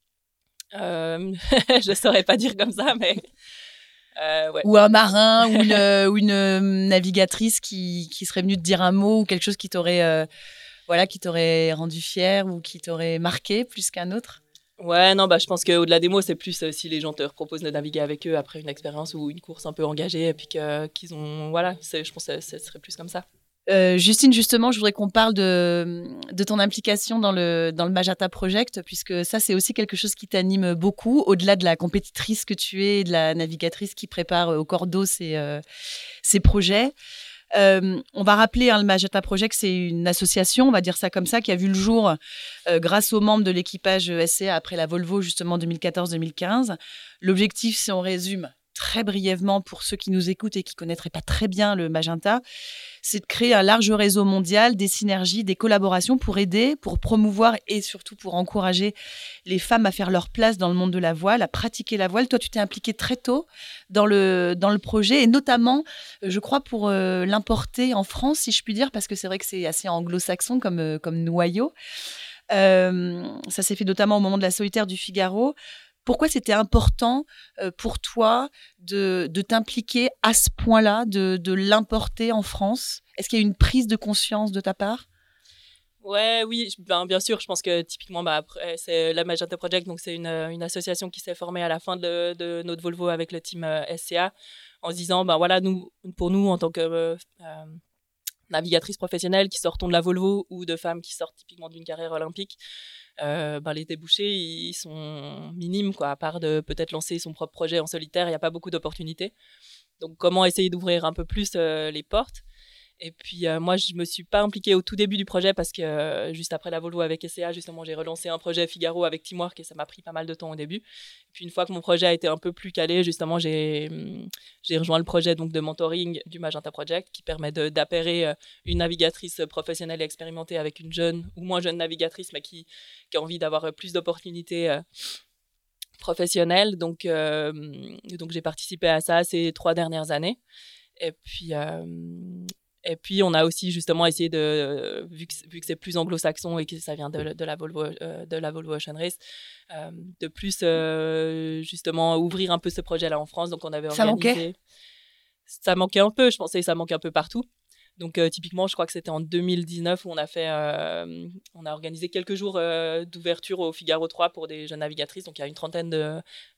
euh, Je saurais pas dire comme ça, mais euh, ouais. Ou un marin ou une, ou une navigatrice qui, qui serait venue te dire un mot ou quelque chose qui t'aurait euh, voilà, qui t'aurait rendu fier ou qui t'aurait marqué plus qu'un autre? Ouais, non, bah, je pense qu'au-delà des mots, c'est plus euh, si les gens te proposent de naviguer avec eux après une expérience ou une course un peu engagée et puis que, qu'ils ont, voilà, c'est, je pense que ce serait plus comme ça. Euh, Justine, justement, je voudrais qu'on parle de, de ton implication dans le, dans le Majata Project, puisque ça, c'est aussi quelque chose qui t'anime beaucoup, au-delà de la compétitrice que tu es et de la navigatrice qui prépare au cordeau ces, euh, ces projets. Euh, on va rappeler, hein, le Majata Project, c'est une association, on va dire ça comme ça, qui a vu le jour euh, grâce aux membres de l'équipage S C A après la Volvo, justement, deux mille quatorze deux mille quinze. L'objectif, si on résume très brièvement pour ceux qui nous écoutent et qui ne connaîtraient pas très bien le Magenta, c'est de créer un large réseau mondial, des synergies, des collaborations pour aider, pour promouvoir et surtout pour encourager les femmes à faire leur place dans le monde de la voile, à pratiquer la voile. Toi, tu t'es impliquée très tôt dans le, dans le projet et notamment, je crois, pour euh, l'importer en France, si je puis dire, parce que c'est vrai que c'est assez anglo-saxon comme, euh, comme noyau. Euh, ça s'est fait notamment au moment de la solitaire du Figaro. Pourquoi c'était important euh, pour toi de, de t'impliquer à ce point-là, de, de l'importer en France? Est-ce qu'il y a eu une prise de conscience de ta part? Ouais, oui, ben, bien sûr. Je pense que typiquement, bah, après, c'est la Magenta Project, donc c'est une, une association qui s'est formée à la fin de, de notre Volvo avec le team euh, S C A, en se disant, ben voilà, nous, pour nous, en tant que euh, euh, navigatrices professionnelles qui sortons de la Volvo ou de femmes qui sortent typiquement d'une carrière olympique, Euh, ben, les débouchés ils sont minimes, quoi. À part de peut-être lancer son propre projet en solitaire, il n'y a pas beaucoup d'opportunités. Donc comment essayer d'ouvrir un peu plus euh, les portes? Et puis euh, moi, je me suis pas impliquée au tout début du projet parce que euh, juste après la Volvo avec S C A, justement, j'ai relancé un projet Figaro avec Teamwork et ça m'a pris pas mal de temps au début. Et puis une fois que mon projet a été un peu plus calé, justement, j'ai j'ai rejoint le projet donc de mentoring du Magenta Project qui permet de, d'appairer une navigatrice professionnelle et expérimentée avec une jeune ou moins jeune navigatrice, mais qui, qui a envie d'avoir plus d'opportunités euh, professionnelles. Donc euh, donc j'ai participé à ça ces trois dernières années. Et puis euh, Et puis, on a aussi justement essayé de, vu que, vu que c'est plus anglo-saxon et que ça vient de, de, la, Volvo, euh, de la Volvo Ocean Race, euh, de plus euh, justement ouvrir un peu ce projet-là en France. Donc, on avait ça organisé. Manquait. Ça manquait un peu, je pensais que ça manquait un peu partout. Donc, euh, typiquement, je crois que c'était en deux mille dix-neuf où on a, fait, euh, on a organisé quelques jours euh, d'ouverture au Figaro trois pour des jeunes navigatrices. Donc, il y a une trentaine de,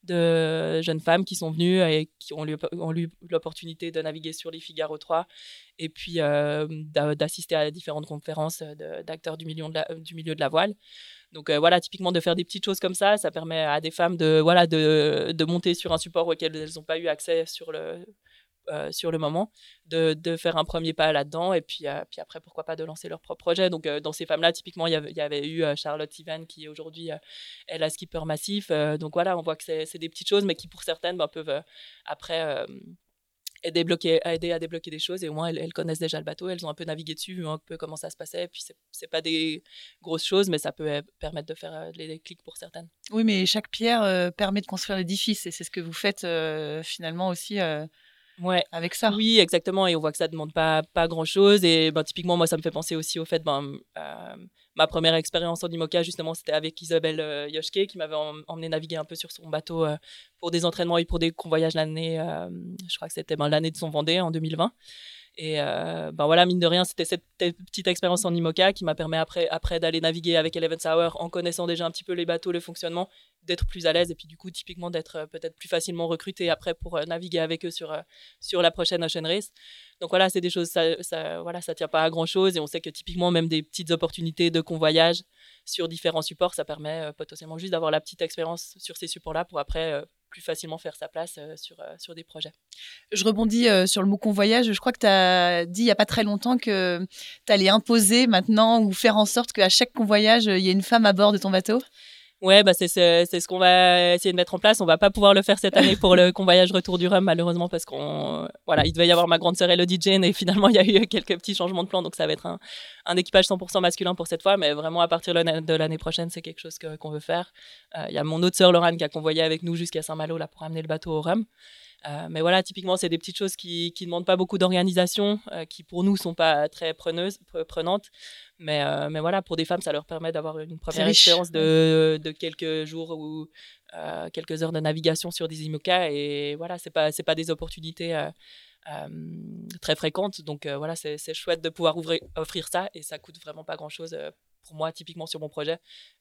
de jeunes femmes qui sont venues et qui ont eu, ont eu l'opportunité de naviguer sur les Figaro trois et puis euh, d'assister à différentes conférences de, d'acteurs du milieu de la, du milieu de la voile. Donc euh, voilà, typiquement de faire des petites choses comme ça, ça permet à des femmes de, voilà, de, de monter sur un support auquel elles n'ont pas eu accès sur le... Euh, sur le moment, de, de faire un premier pas là-dedans et puis, euh, puis après, pourquoi pas de lancer leur propre projet. Donc, euh, dans ces femmes-là, typiquement, il y avait, il y avait eu euh, Charlotte Sivan qui aujourd'hui euh, est la skipper massif. Euh, donc voilà, on voit que c'est, c'est des petites choses, mais qui pour certaines ben, peuvent euh, après euh, aider, bloquer, aider à débloquer des choses et au moins elles, elles connaissent déjà le bateau, elles ont un peu navigué dessus, vu un peu comment ça se passait. Et puis, c'est, c'est pas des grosses choses, mais ça peut euh, permettre de faire euh, des, des clics pour certaines. Oui, mais chaque pierre euh, permet de construire l'édifice et c'est ce que vous faites euh, finalement aussi. Euh... Ouais, avec ça. Oui, exactement. Et on voit que ça ne demande pas, pas grand-chose. Et ben, typiquement, moi, ça me fait penser aussi au fait, ben, euh, ma première expérience en IMOCA, justement, c'était avec Isabelle euh, Yoshke, qui m'avait em- emmené naviguer un peu sur son bateau euh, pour des entraînements et pour des convoyages l'année, euh, je crois que c'était ben, l'année de son Vendée, en deux mille vingt. Et euh, ben voilà, mine de rien, c'était cette petite expérience en IMOCA qui m'a permis après, après d'aller naviguer avec Eleven Hour en connaissant déjà un petit peu les bateaux, le fonctionnement, d'être plus à l'aise et puis du coup, typiquement, d'être euh, peut-être plus facilement recruté après pour euh, naviguer avec eux sur, euh, sur la prochaine Ocean Race. Donc voilà, c'est des choses, ça, ça, voilà, ça tient pas à grand-chose et on sait que typiquement, même des petites opportunités de convoyage sur différents supports, ça permet euh, potentiellement juste d'avoir la petite expérience sur ces supports-là pour après euh, plus facilement faire sa place euh, sur, euh, sur des projets. Je rebondis euh, sur le mot convoyage. Je crois que tu as dit il n'y a pas très longtemps que tu allais imposer maintenant ou faire en sorte qu'à chaque convoyage, il y ait une femme à bord de ton bateau. Ouais, bah c'est, c'est, c'est ce qu'on va essayer de mettre en place. On va pas pouvoir le faire cette année pour le convoyage retour du Rhum, malheureusement, parce qu'on, voilà, il devait y avoir ma grande sœur Elodie Jane et finalement, il y a eu quelques petits changements de plan. Donc, ça va être un, un équipage cent pour cent masculin pour cette fois. Mais vraiment, à partir de l'année prochaine, c'est quelque chose que, qu'on veut faire. Euh, il y a mon autre sœur Laurane qui a convoyé avec nous jusqu'à Saint-Malo là, pour amener le bateau au Rhum. Euh, mais voilà, typiquement, c'est des petites choses qui qui demandent pas beaucoup d'organisation, euh, qui pour nous sont pas très preneuses, prenantes. Mais, euh, mais voilà, pour des femmes, ça leur permet d'avoir une première expérience de, de quelques jours ou euh, quelques heures de navigation sur des IMOCA. Et voilà, c'est pas, c'est pas des opportunités euh, euh, très fréquentes. Donc euh, voilà, c'est, c'est chouette de pouvoir ouvrir, offrir ça. Et ça coûte vraiment pas grand-chose euh, pour moi, typiquement sur mon projet.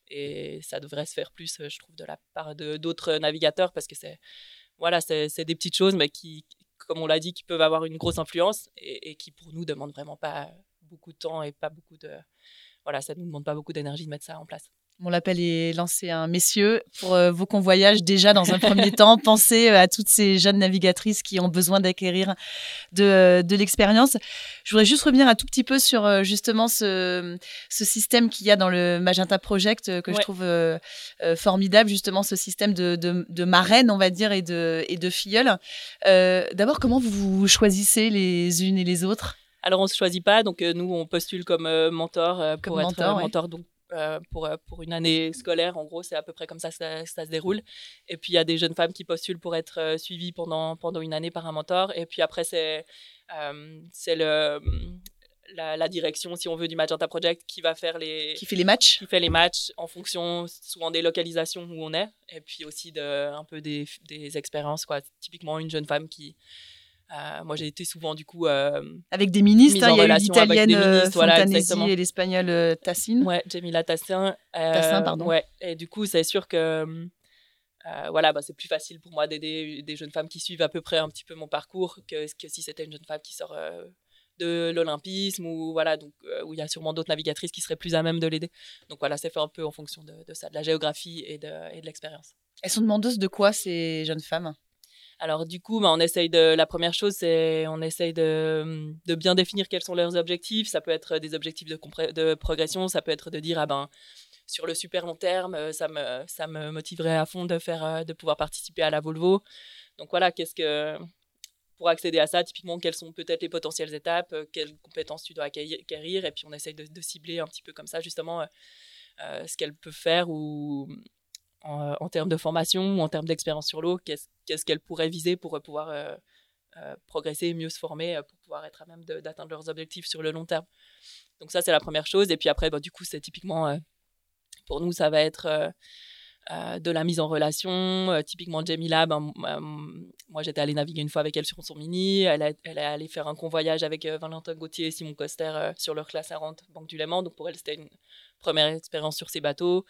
Et ça devrait se faire plus, je trouve, de la part de, d'autres navigateurs parce que c'est. Voilà, c'est, c'est des petites choses, mais qui, comme on l'a dit, qui peuvent avoir une grosse influence et, et qui, pour nous, ne demandent vraiment pas beaucoup de temps et pas beaucoup de... Voilà, ça ne nous demande pas beaucoup d'énergie de mettre ça en place. Mon appel est lancé, hein. Messieurs, pour euh, vos convoyages, déjà, dans un premier temps, pensez à toutes ces jeunes navigatrices qui ont besoin d'acquérir de, de l'expérience. Je voudrais juste revenir un tout petit peu sur, justement, ce, ce système qu'il y a dans le Magenta Project, que ouais. je trouve euh, euh, formidable, justement, ce système de, de, de marraine, on va dire, et de, et de filleule. Euh, d'abord, comment vous, vous choisissez les unes et les autres ? Alors, on ne se choisit pas. Donc, euh, nous, on postule comme euh, mentor euh, pour comme être mentor, euh, mentor ouais. donc, Euh, pour, euh, pour une année scolaire. En gros, c'est à peu près comme ça que ça, ça se déroule. Et puis, il y a des jeunes femmes qui postulent pour être euh, suivies pendant, pendant une année par un mentor. Et puis après, c'est, euh, c'est le, la, la direction, si on veut, du Magenta Project qui va faire les... Qui fait les matchs. Qui fait les matchs en fonction souvent des localisations où on est. Et puis aussi de, un peu des, des expériences, quoi. Typiquement, une jeune femme qui... Euh, moi, j'ai été souvent, du coup... Euh, avec des ministres, hein, il y a eu l'italienne euh, voilà, Fontanesi et l'espagnole euh, Tassin. Ouais, Jamila Tassin. Euh, Tassin, pardon. Ouais, et du coup, c'est sûr que euh, voilà, bah, c'est plus facile pour moi d'aider des jeunes femmes qui suivent à peu près un petit peu mon parcours que, que si c'était une jeune femme qui sort euh, de l'olympisme ou voilà, donc, euh, où il y a sûrement d'autres navigatrices qui seraient plus à même de l'aider. Donc voilà, c'est fait un peu en fonction de, de ça, de la géographie et de, et de l'expérience. Elles sont demandeuses de quoi, ces jeunes femmes ? Alors du coup, bah, on essaye de. La première chose, c'est on essaye de, de bien définir quels sont leurs objectifs. Ça peut être des objectifs de, compré- de progression, ça peut être de dire ah ben sur le super long terme, ça me ça me motiverait à fond de faire de pouvoir participer à la Volvo. Donc voilà, qu'est-ce que pour accéder à ça, typiquement, quelles sont peut-être les potentielles étapes, quelles compétences tu dois acquérir, et puis on essaye de, de cibler un petit peu comme ça justement euh, ce qu'elle peut faire ou En, en termes de formation ou en termes d'expérience sur l'eau, qu'est-ce, qu'est-ce qu'elles pourraient viser pour pouvoir euh, euh, progresser, mieux se former, pour pouvoir être à même de, d'atteindre leurs objectifs sur le long terme. Donc ça, c'est la première chose. Et puis après, bah, du coup, c'est typiquement, euh, pour nous, ça va être euh, euh, de la mise en relation. Euh, typiquement, Jemila, ben, euh, moi, j'étais allée naviguer une fois avec elle sur son mini. Elle, a, elle est allée faire un convoyage avec euh, Valentin Gauthier et Simon Coster euh, sur leur classe quarante, Banque du Léman. Donc pour elle, c'était une première expérience sur ces bateaux.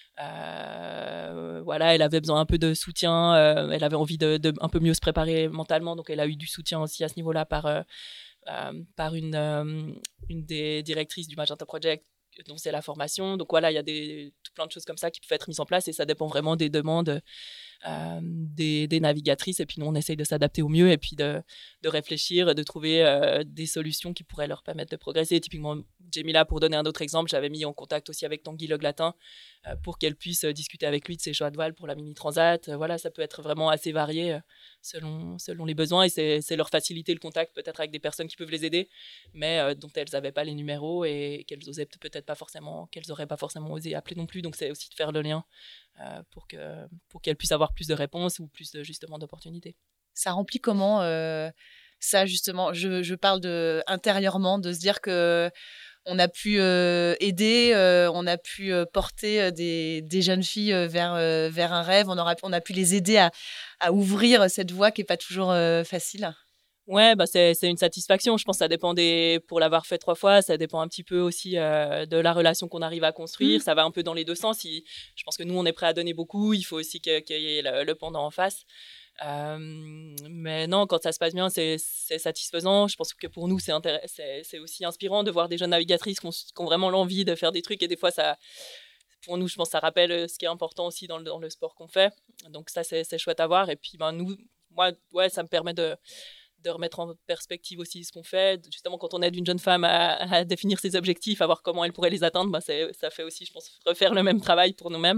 Euh, voilà, elle avait besoin un peu de soutien, euh, elle avait envie de, de un peu mieux se préparer mentalement, donc elle a eu du soutien aussi à ce niveau-là par, euh, euh, par une, euh, une des directrices du Magenta Project, dont c'est la formation. Donc voilà, il y a des, tout plein de choses comme ça qui peuvent être mises en place et ça dépend vraiment des demandes euh, des, des navigatrices. Et puis nous, on essaye de s'adapter au mieux et puis de, de réfléchir, de trouver euh, des solutions qui pourraient leur permettre de progresser. Typiquement, Jemila, pour donner un autre exemple, j'avais mis en contact aussi avec Tanguy Le Glatin euh, pour qu'elle puisse discuter avec lui de ses choix de voile pour la Mini Transat. Euh, voilà, ça peut être vraiment assez varié euh, selon, selon les besoins et c'est, c'est leur faciliter le contact peut-être avec des personnes qui peuvent les aider, mais euh, dont elles n'avaient pas les numéros et qu'elles osaient peut-être pas forcément, qu'elles n'auraient pas forcément osé appeler non plus. Donc c'est aussi de faire le lien euh, pour, que, pour qu'elles puissent avoir plus de réponses ou plus de, justement d'opportunités. Ça remplit comment euh, ça justement je, je parle de intérieurement, de se dire que on a pu euh, aider, euh, on a pu euh, porter des, des jeunes filles euh, vers, euh, vers un rêve, on, aura, on a pu les aider à, à ouvrir cette voie qui n'est pas toujours euh, facile. Ouais, bah c'est, c'est une satisfaction. Je pense que ça dépend des. Pour l'avoir fait trois fois, ça dépend un petit peu aussi euh, de la relation qu'on arrive à construire. Mmh. Ça va un peu dans les deux sens. Il, je pense que nous, on est prêt à donner beaucoup. Il faut aussi que, qu'il y ait le, le pendant en face. Euh, mais non, quand ça se passe bien, c'est, c'est satisfaisant. Je pense que pour nous, c'est, intéress- c'est, c'est aussi inspirant de voir des jeunes navigatrices qui ont, qui ont vraiment l'envie de faire des trucs. Et des fois, ça, pour nous, je pense que ça rappelle ce qui est important aussi dans le, dans le sport qu'on fait. Donc ça, c'est, c'est chouette à voir. Et puis, ben, nous, moi, ouais, ça me permet de de remettre en perspective aussi ce qu'on fait. Justement, quand on aide une jeune femme à, à définir ses objectifs, à voir comment elle pourrait les atteindre, bah c'est, ça fait aussi, je pense, refaire le même travail pour nous-mêmes.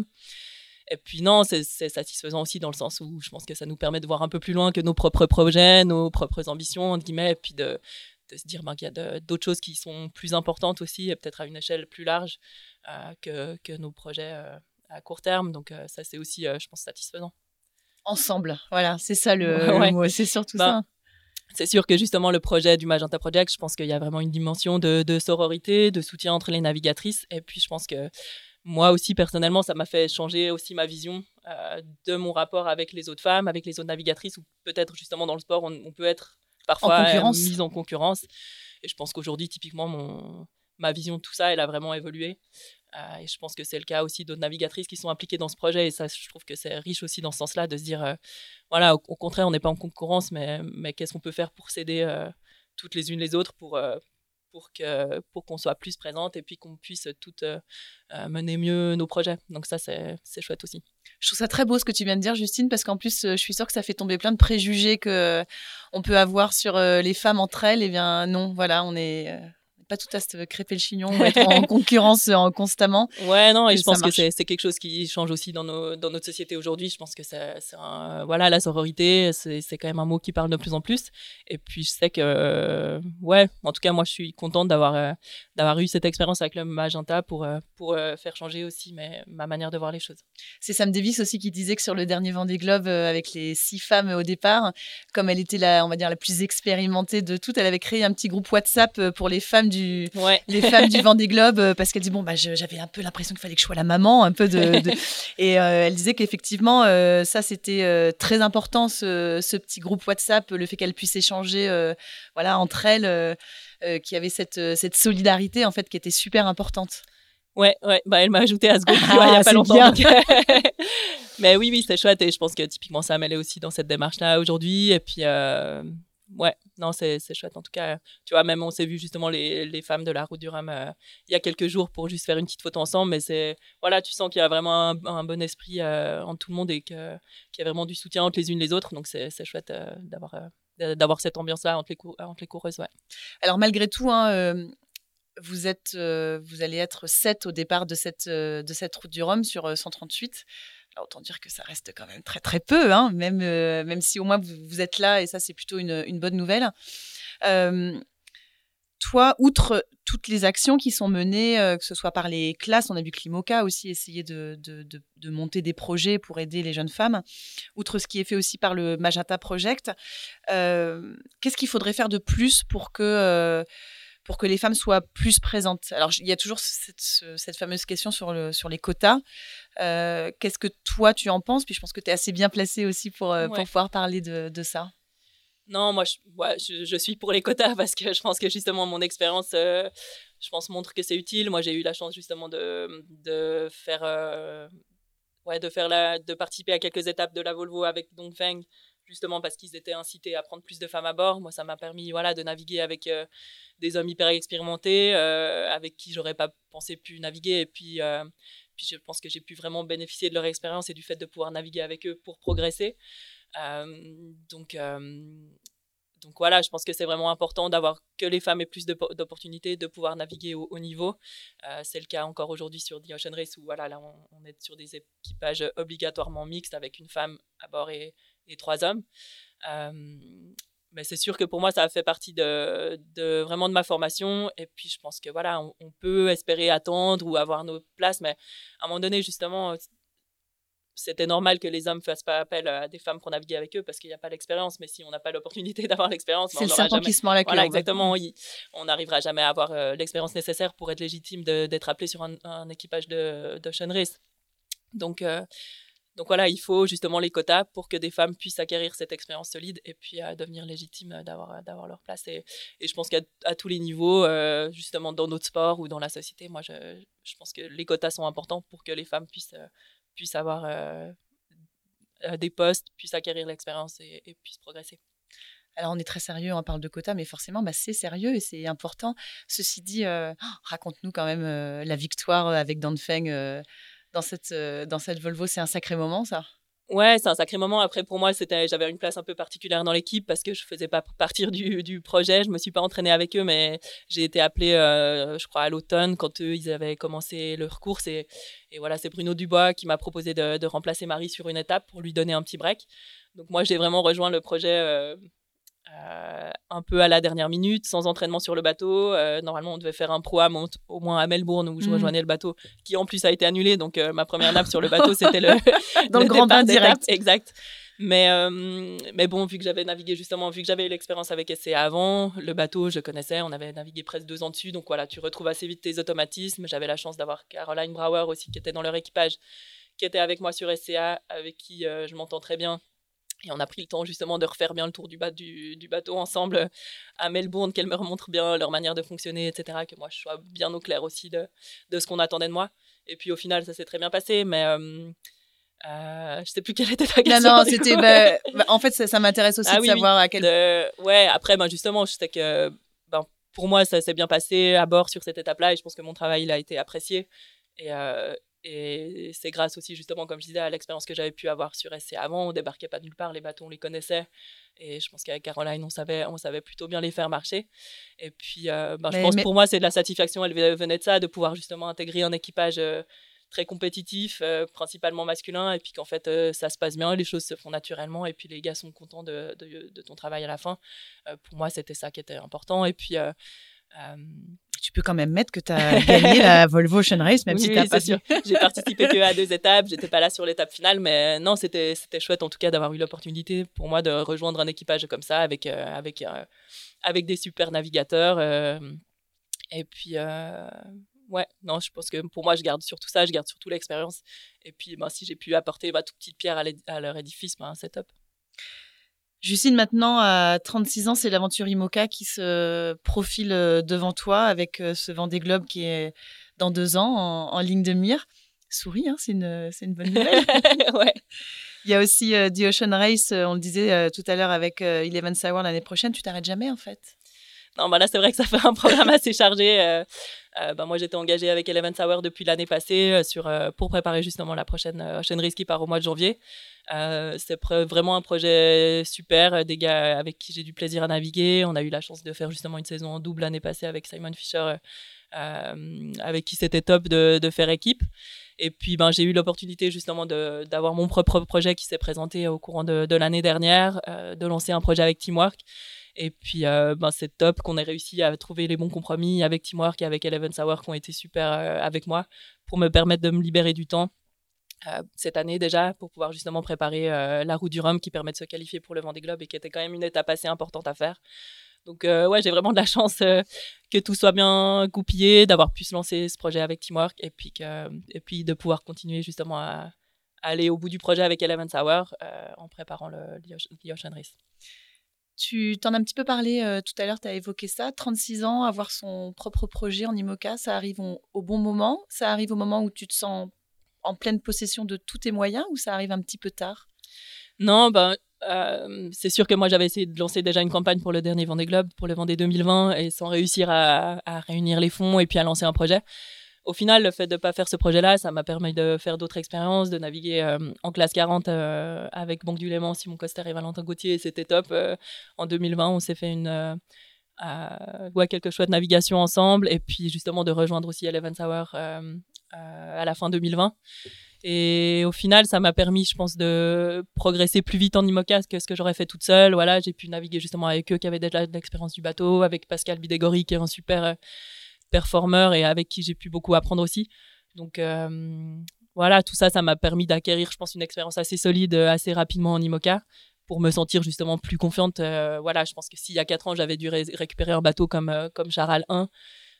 Et puis non, c'est, c'est satisfaisant aussi dans le sens où je pense que ça nous permet de voir un peu plus loin que nos propres projets, nos propres ambitions, entre guillemets, et puis de, de se dire ben, qu'il y a de, d'autres choses qui sont plus importantes aussi, et peut-être à une échelle plus large euh, que, que nos projets euh, à court terme. Donc euh, ça, c'est aussi, euh, je pense, satisfaisant. Ensemble, voilà, c'est ça le, ouais. le mot, c'est surtout ben, ça. C'est sûr que justement le projet du Magenta Project, je pense qu'il y a vraiment une dimension de, de sororité, de soutien entre les navigatrices. Et puis je pense que moi aussi personnellement, ça m'a fait changer aussi ma vision euh, de mon rapport avec les autres femmes, avec les autres navigatrices, ou peut-être justement dans le sport, on, on peut être parfois en euh, mise en concurrence. Et je pense qu'aujourd'hui, typiquement, mon, ma vision de tout ça, elle a vraiment évolué. Euh, et je pense que c'est le cas aussi d'autres navigatrices qui sont impliquées dans ce projet. Et ça, je trouve que c'est riche aussi dans ce sens-là, de se dire, euh, voilà, au, au contraire, on n'est pas en concurrence, mais, mais qu'est-ce qu'on peut faire pour s'aider euh, toutes les unes les autres pour, euh, pour, que, pour qu'on soit plus présentes et puis qu'on puisse toutes euh, mener mieux nos projets. Donc ça, c'est, c'est chouette aussi. Je trouve ça très beau ce que tu viens de dire, Justine, parce qu'en plus, je suis sûre que ça fait tomber plein de préjugés qu'on peut avoir sur les femmes entre elles. Eh bien non, voilà, on est... pas tout à se crêper le chignon ou être en concurrence en, constamment. Ouais, non, et je pense marche. que c'est, c'est quelque chose qui change aussi dans, nos, dans notre société aujourd'hui. Je pense que c'est, c'est un, voilà, la sororité, c'est, c'est quand même un mot qui parle de plus en plus. Et puis, je sais que, euh, ouais, en tout cas, moi, je suis contente d'avoir, euh, d'avoir eu cette expérience avec le Magenta pour, euh, pour euh, faire changer aussi mes, ma manière de voir les choses. C'est Sam Davis aussi qui disait que sur le dernier Vendée Globe, euh, avec les six femmes au départ, comme elle était la, on va dire, la plus expérimentée de toutes, elle avait créé un petit groupe WhatsApp pour les femmes du Du, ouais. les femmes du Vendée Globe euh, parce qu'elle dit bon bah je, j'avais un peu l'impression qu'il fallait que je sois la maman un peu de, de... et euh, elle disait qu'effectivement euh, ça c'était euh, très important ce, ce petit groupe WhatsApp, le fait qu'elle puisse échanger euh, voilà entre elles euh, euh, qu'il y avait cette cette solidarité en fait qui était super importante. Ouais, ouais, bah elle m'a ajouté à ce groupe ah, il y a pas longtemps. Donc... Mais oui, oui, c'est chouette et je pense que typiquement ça m'allait aussi dans cette démarche-là aujourd'hui et puis. Euh... ouais, non, c'est, c'est chouette. En tout cas, tu vois, même on s'est vu justement les, les femmes de la Route du Rhum euh, il y a quelques jours pour juste faire une petite photo ensemble. Mais c'est, voilà, tu sens qu'il y a vraiment un, un bon esprit euh, entre tout le monde et que, qu'il y a vraiment du soutien entre les unes les autres. Donc c'est, c'est chouette euh, d'avoir, euh, d'avoir cette ambiance-là entre les, cou- entre les coureuses. Ouais. Alors malgré tout, hein, euh, vous, êtes, euh, vous allez être sept au départ de cette, euh, de cette Route du Rhum sur euh, cent trente-huit. Alors, autant dire que ça reste quand même très très peu, hein, même, euh, même si au moins vous, vous êtes là, et ça c'est plutôt une, une bonne nouvelle. Euh, toi, outre toutes les actions qui sont menées, euh, que ce soit par les classes, on a vu que l'IMOCA aussi essayer de, de, de, de monter des projets pour aider les jeunes femmes, outre ce qui est fait aussi par le Magenta Project, euh, qu'est-ce qu'il faudrait faire de plus pour que... Euh, pour que les femmes soient plus présentes. Alors, il y a toujours cette, cette fameuse question sur, le, sur les quotas. Euh, qu'est-ce que toi, tu en penses ? Puis je pense que tu es assez bien placée aussi pour, euh, ouais. pour pouvoir parler de, de ça. Non, moi, je, ouais, je, je suis pour les quotas parce que je pense que justement, mon expérience, euh, je pense, montre que c'est utile. Moi, j'ai eu la chance justement de, de faire... Euh, ouais, de, faire la, de participer à quelques étapes de la Volvo avec Dongfeng, justement parce qu'ils étaient incités à prendre plus de femmes à bord. Moi, ça m'a permis voilà, de naviguer avec euh, des hommes hyper expérimentés, euh, avec qui j'aurais pas pensé pu naviguer. Et puis, euh, puis, je pense que j'ai pu vraiment bénéficier de leur expérience et du fait de pouvoir naviguer avec eux pour progresser. Euh, donc, euh, donc voilà, je pense que c'est vraiment important d'avoir que les femmes aient plus de, d'opportunités de pouvoir naviguer au haut niveau. Euh, c'est le cas encore aujourd'hui sur The Ocean Race où voilà, là, on, on est sur des équipages obligatoirement mixtes avec une femme à bord et, et trois hommes. Euh, mais c'est sûr que pour moi, ça a fait partie de, de, vraiment de ma formation. Et puis, je pense que voilà, on, on peut espérer attendre ou avoir nos places. Mais à un moment donné, justement, c'était normal que les hommes ne fassent pas appel à des femmes pour naviguer avec eux parce qu'il n'y a pas l'expérience. Mais si on n'a pas l'opportunité d'avoir l'expérience, c'est le serpent qui se mord la queue. Voilà, exactement. Il, on n'arrivera jamais à avoir euh, l'expérience nécessaire pour être légitime de, d'être appelé sur un, un équipage de, d'Ocean Race. Donc, euh, donc voilà, il faut justement les quotas pour que des femmes puissent acquérir cette expérience solide et puis euh, devenir légitimes d'avoir, d'avoir leur place. Et, et je pense qu'à à tous les niveaux, euh, justement dans notre sport ou dans la société, moi, je, je pense que les quotas sont importants pour que les femmes puissent... Euh, puissent avoir euh, euh, des postes, puissent acquérir l'expérience et, et puissent progresser. Alors, on est très sérieux, on parle de quotas, mais forcément, bah, c'est sérieux et c'est important. Ceci dit, euh, raconte-nous quand même euh, la victoire avec Dongfeng euh, dans, cette, euh, dans cette Volvo. C'est un sacré moment, ça ? Ouais, c'est un sacré moment. Après, pour moi, c'était, j'avais une place un peu particulière dans l'équipe parce que je faisais pas partir du, du projet. Je me suis pas entraînée avec eux, mais j'ai été appelée, euh, je crois, à l'automne quand eux, ils avaient commencé leur course. Et, et voilà, c'est Bruno Dubois qui m'a proposé de, de remplacer Marie sur une étape pour lui donner un petit break. Donc moi, j'ai vraiment rejoint le projet euh, euh, un peu à la dernière minute, sans entraînement sur le bateau. Euh, normalement, on devait faire un pro-am au moins à Melbourne où je mmh. rejoignais le bateau, qui en plus a été annulé. Donc, euh, ma première nappe sur le bateau, c'était le dans le, le grand bain direct. Exact. Mais, euh, mais bon, vu que j'avais navigué justement, vu que j'avais eu l'expérience avec S C A avant, le bateau, je connaissais, on avait navigué presque deux ans dessus. Donc voilà, tu retrouves assez vite tes automatismes. J'avais la chance d'avoir Caroline Brouwer aussi, qui était dans leur équipage, qui était avec moi sur S C A, avec qui euh, je m'entends très bien. Et on a pris le temps justement de refaire bien le tour du, ba- du, du bateau ensemble à Melbourne, qu'elle me remontre bien leur manière de fonctionner, et cetera. Que moi, je sois bien au clair aussi de, de ce qu'on attendait de moi. Et puis au final, ça s'est très bien passé, mais euh, euh, je ne sais plus quelle était ta question. Non, non, c'était... Bah, bah, en fait, ça, ça m'intéresse aussi ah, de oui, savoir oui. à quel... De, ouais, après, ben, justement, je sais que ben, pour moi, ça s'est bien passé à bord sur cette étape-là et je pense que mon travail il a été apprécié. Et... Euh, Et c'est grâce aussi, justement, comme je disais, à l'expérience que j'avais pu avoir sur S C avant. On débarquait pas de nulle part, les bateaux, on les connaissait. Et je pense qu'avec Caroline, on savait, on savait plutôt bien les faire marcher. Et puis, euh, ben, je mais, pense mais... pour moi, c'est de la satisfaction. Elle venait de ça, de pouvoir justement intégrer un équipage euh, très compétitif, euh, principalement masculin. Et puis qu'en fait, euh, ça se passe bien, les choses se font naturellement. Et puis, les gars sont contents de, de, de ton travail à la fin. Euh, pour moi, c'était ça qui était important. Et puis... Euh, euh, tu peux quand même mettre que tu as gagné la Volvo Ocean Race, même oui, si tu n'as oui, pas sûr. J'ai participé que à deux étapes, j'étais pas là sur l'étape finale, mais non, c'était, c'était chouette en tout cas d'avoir eu l'opportunité pour moi de rejoindre un équipage comme ça avec, euh, avec, euh, avec des super navigateurs. Euh, et puis, euh, ouais, non, je pense que pour moi, je garde surtout ça, je garde surtout l'expérience. Et puis, ben, si j'ai pu apporter ma toute petite pierre à, à leur édifice, ben, c'est top. Justine, maintenant, à trente-six ans, c'est l'aventure IMOCA qui se profile devant toi avec ce Vendée Globe qui est dans deux ans en, en ligne de mire. Souris, hein, c'est une, c'est une bonne nouvelle. Ouais. Il y a aussi euh, The Ocean Race, euh, on le disait euh, tout à l'heure avec euh, Eleven Hour l'année prochaine. Tu t'arrêtes jamais, en fait. Non, bah là, c'est vrai que ça fait un programme assez chargé. Euh, euh, bah, moi, j'étais engagée avec Eleven Hour depuis l'année passée euh, sur, euh, pour préparer justement la prochaine euh, Ocean Race qui part au mois de janvier. Euh, c'est pr- vraiment un projet super, euh, des gars avec qui j'ai du plaisir à naviguer. On a eu la chance de faire justement une saison en double l'année passée avec Simon Fisher, euh, euh, avec qui c'était top de, de faire équipe. Et puis, ben, j'ai eu l'opportunité justement de, d'avoir mon propre projet qui s'est présenté au courant de, de l'année dernière, euh, de lancer un projet avec Teamwork. Et puis, euh, ben, c'est top qu'on ait réussi à trouver les bons compromis avec Teamwork et avec Eleven Hour qui ont été super euh, avec moi pour me permettre de me libérer du temps euh, cette année déjà pour pouvoir justement préparer euh, la route du Rhum qui permet de se qualifier pour le Vendée Globe et qui était quand même une étape assez importante à faire. Donc, euh, ouais, j'ai vraiment de la chance euh, que tout soit bien goupillé, d'avoir pu se lancer ce projet avec Teamwork et puis, que, et puis de pouvoir continuer justement à, à aller au bout du projet avec Eleven Hour euh, en préparant le, le Ocean Race. Tu t'en as un petit peu parlé euh, tout à l'heure, tu as évoqué ça. trente-six ans, avoir son propre projet en IMOCA, ça arrive au, au bon moment? Ça arrive au moment où tu te sens en pleine possession de tous tes moyens ou ça arrive un petit peu tard? Non, ben, euh, c'est sûr que moi, j'avais essayé de lancer déjà une campagne pour le dernier Vendée Globe, pour le Vendée deux mille vingt, et sans réussir à, à réunir les fonds et puis à lancer un projet. Au final, le fait de ne pas faire ce projet-là, ça m'a permis de faire d'autres expériences, de naviguer euh, en classe quarante euh, avec Banque du Léman, Simon Coster et Valentin Gauthier. C'était top. Euh, en deux mille vingt, on s'est fait une, euh, euh, ouais, quelques choix de navigation ensemble. Et puis justement de rejoindre aussi Eleven Hour euh, euh, à la fin deux mille vingt. Et au final, ça m'a permis, je pense, de progresser plus vite en IMOCA que ce que j'aurais fait toute seule. Voilà, j'ai pu naviguer justement avec eux qui avaient déjà de l'expérience du bateau, avec Pascal Bidégory qui est un super... Euh, performeur et avec qui j'ai pu beaucoup apprendre aussi. Donc euh, voilà, tout ça, ça m'a permis d'acquérir, je pense, une expérience assez solide, assez rapidement en IMOCA pour me sentir justement plus confiante. Euh, voilà, je pense que s'il y a quatre ans, j'avais dû ré- récupérer un bateau comme, euh, comme Charal un,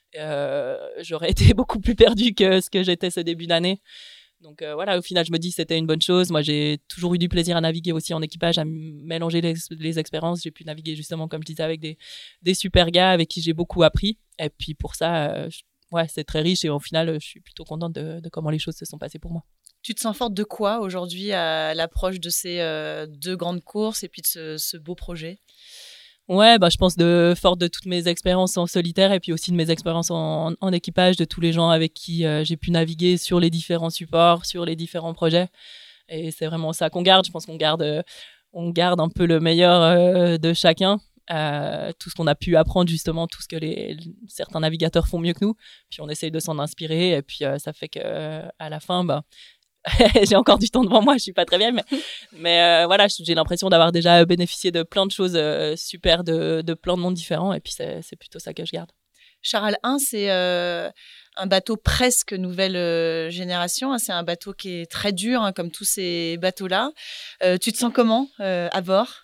euh, j'aurais été beaucoup plus perdue que ce que j'étais ce début d'année. Donc euh, voilà, au final, je me dis que c'était une bonne chose. Moi, j'ai toujours eu du plaisir à naviguer aussi en équipage, à m- mélanger les, les expériences. J'ai pu naviguer justement, comme je disais, avec des, des super gars avec qui j'ai beaucoup appris. Et puis pour ça, euh, je- ouais, c'est très riche et au final, je suis plutôt contente de, de comment les choses se sont passées pour moi. Tu te sens forte de quoi aujourd'hui à l'approche de ces euh, deux grandes courses et puis de ce, ce beau projet? Ouais, bah, je pense de forte de toutes mes expériences en solitaire et puis aussi de mes expériences en, en équipage, de tous les gens avec qui euh, j'ai pu naviguer sur les différents supports, sur les différents projets. Et c'est vraiment ça qu'on garde. Je pense qu'on garde, euh, on garde un peu le meilleur euh, de chacun. Euh, tout ce qu'on a pu apprendre justement, tout ce que les, certains navigateurs font mieux que nous. Puis on essaye de s'en inspirer et puis euh, ça fait que euh, à la fin, bah, j'ai encore du temps devant moi, je suis pas très vieille, mais, mais euh, voilà, j'ai l'impression d'avoir déjà bénéficié de plein de choses euh, super, de, de plein de mondes différents, et puis c'est, c'est plutôt ça que je garde. Charal un, c'est euh, un bateau presque nouvelle euh, génération, hein, c'est un bateau qui est très dur, hein, comme tous ces bateaux-là. Euh, tu te sens comment euh, à bord?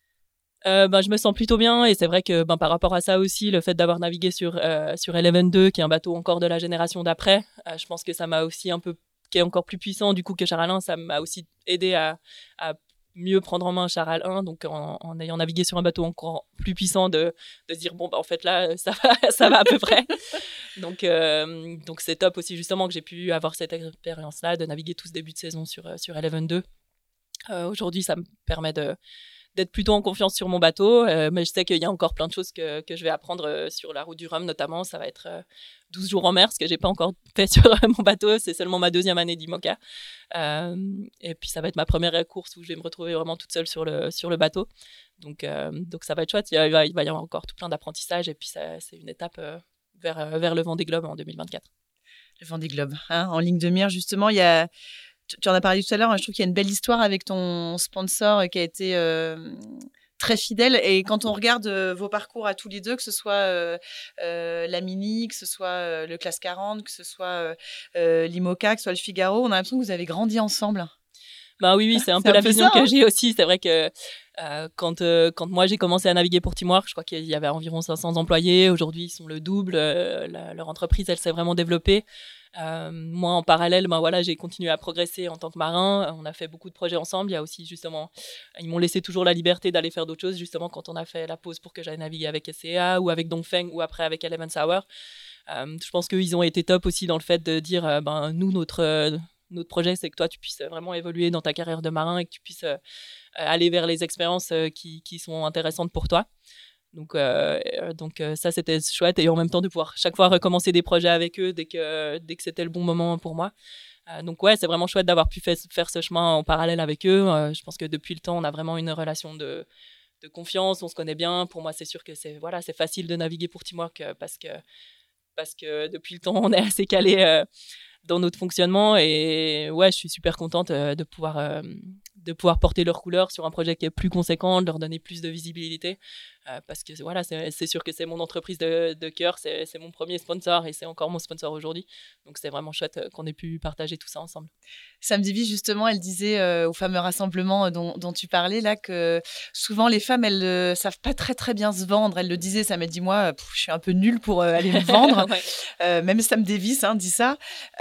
Euh, ben, je me sens plutôt bien et c'est vrai que ben, par rapport à ça aussi, le fait d'avoir navigué sur, euh, sur Eleven deux, qui est un bateau encore de la génération d'après, euh, je pense que ça m'a aussi un peu, qui est encore plus puissant du coup que Charal un, ça m'a aussi aidé à, à mieux prendre en main Charal un, donc en, en ayant navigué sur un bateau encore plus puissant, de, de se dire bon, ben, en fait là, ça va, ça va à peu près. Donc, euh, donc c'est top aussi justement que j'ai pu avoir cette expérience-là, de naviguer tout ce début de saison sur, sur Eleven deux. Euh, aujourd'hui, ça me permet de d'être plutôt en confiance sur mon bateau, euh, mais je sais qu'il y a encore plein de choses que, que je vais apprendre euh, sur la route du Rhum notamment. Ça va être euh, douze jours en mer, ce que j'ai pas encore fait sur euh, mon bateau. C'est seulement ma deuxième année d'IMOCA. Euh, et puis ça va être ma première course où je vais me retrouver vraiment toute seule sur le, sur le bateau. Donc, euh, donc ça va être chouette. Il, va, il va y avoir encore tout plein d'apprentissages et puis ça, c'est une étape euh, vers, vers le Vendée Globe en deux mille vingt-quatre. Le Vendée Globe, hein, en ligne de mire justement, il y a... Tu en as parlé tout à l'heure, hein, je trouve qu'il y a une belle histoire avec ton sponsor qui a été euh, très fidèle. Et quand on regarde euh, vos parcours à tous les deux, que ce soit euh, euh, la Mini, que ce soit euh, le Classe quarante, que ce soit euh, l'IMOCA, que ce soit le Figaro, on a l'impression que vous avez grandi ensemble. Bah oui, oui, c'est un c'est peu un la peu vision ça, que hein. j'ai aussi. C'est vrai que euh, quand, euh, quand moi j'ai commencé à naviguer pour Teamwork, je crois qu'il y avait environ cinq cents employés. Aujourd'hui, ils sont le double. Euh, la, leur entreprise, elle s'est vraiment développée. Euh, moi, en parallèle, ben voilà, j'ai continué à progresser en tant que marin. On a fait beaucoup de projets ensemble. Il y a aussi justement, ils m'ont laissé toujours la liberté d'aller faire d'autres choses. Justement, quand on a fait la pause pour que j'aille naviguer avec S C A ou avec Dongfeng ou après avec Eleven Hour. Euh, je pense qu'ils ont été top aussi dans le fait de dire, euh, ben nous, notre, euh, notre projet, c'est que toi, tu puisses vraiment évoluer dans ta carrière de marin et que tu puisses euh, aller vers les expériences euh, qui, qui sont intéressantes pour toi. Donc, euh, donc euh, ça, c'était chouette. Et en même temps, de pouvoir chaque fois recommencer des projets avec eux dès que, dès que c'était le bon moment pour moi. Euh, donc, ouais, c'est vraiment chouette d'avoir pu fait, faire ce chemin en parallèle avec eux. Euh, je pense que depuis le temps, on a vraiment une relation de, de confiance. On se connaît bien. Pour moi, c'est sûr que c'est, voilà, c'est facile de naviguer pour Teamwork parce que, parce que depuis le temps, on est assez calé euh, dans notre fonctionnement. Et ouais, je suis super contente euh, de pouvoir... Euh, de pouvoir porter leurs couleurs sur un projet qui est plus conséquent, de leur donner plus de visibilité. Euh, parce que voilà, c'est, c'est sûr que c'est mon entreprise de, de cœur, c'est, c'est mon premier sponsor et c'est encore mon sponsor aujourd'hui. Donc c'est vraiment chouette qu'on ait pu partager tout ça ensemble. Samedi Vie, justement, elle disait euh, au fameux rassemblement dont, dont tu parlais là que souvent les femmes, elles ne euh, savent pas très très bien se vendre. Elle le disait, ça m'a dit moi, pff, je suis un peu nulle pour euh, aller me vendre. ouais. euh, même Sam Davis hein, dit ça.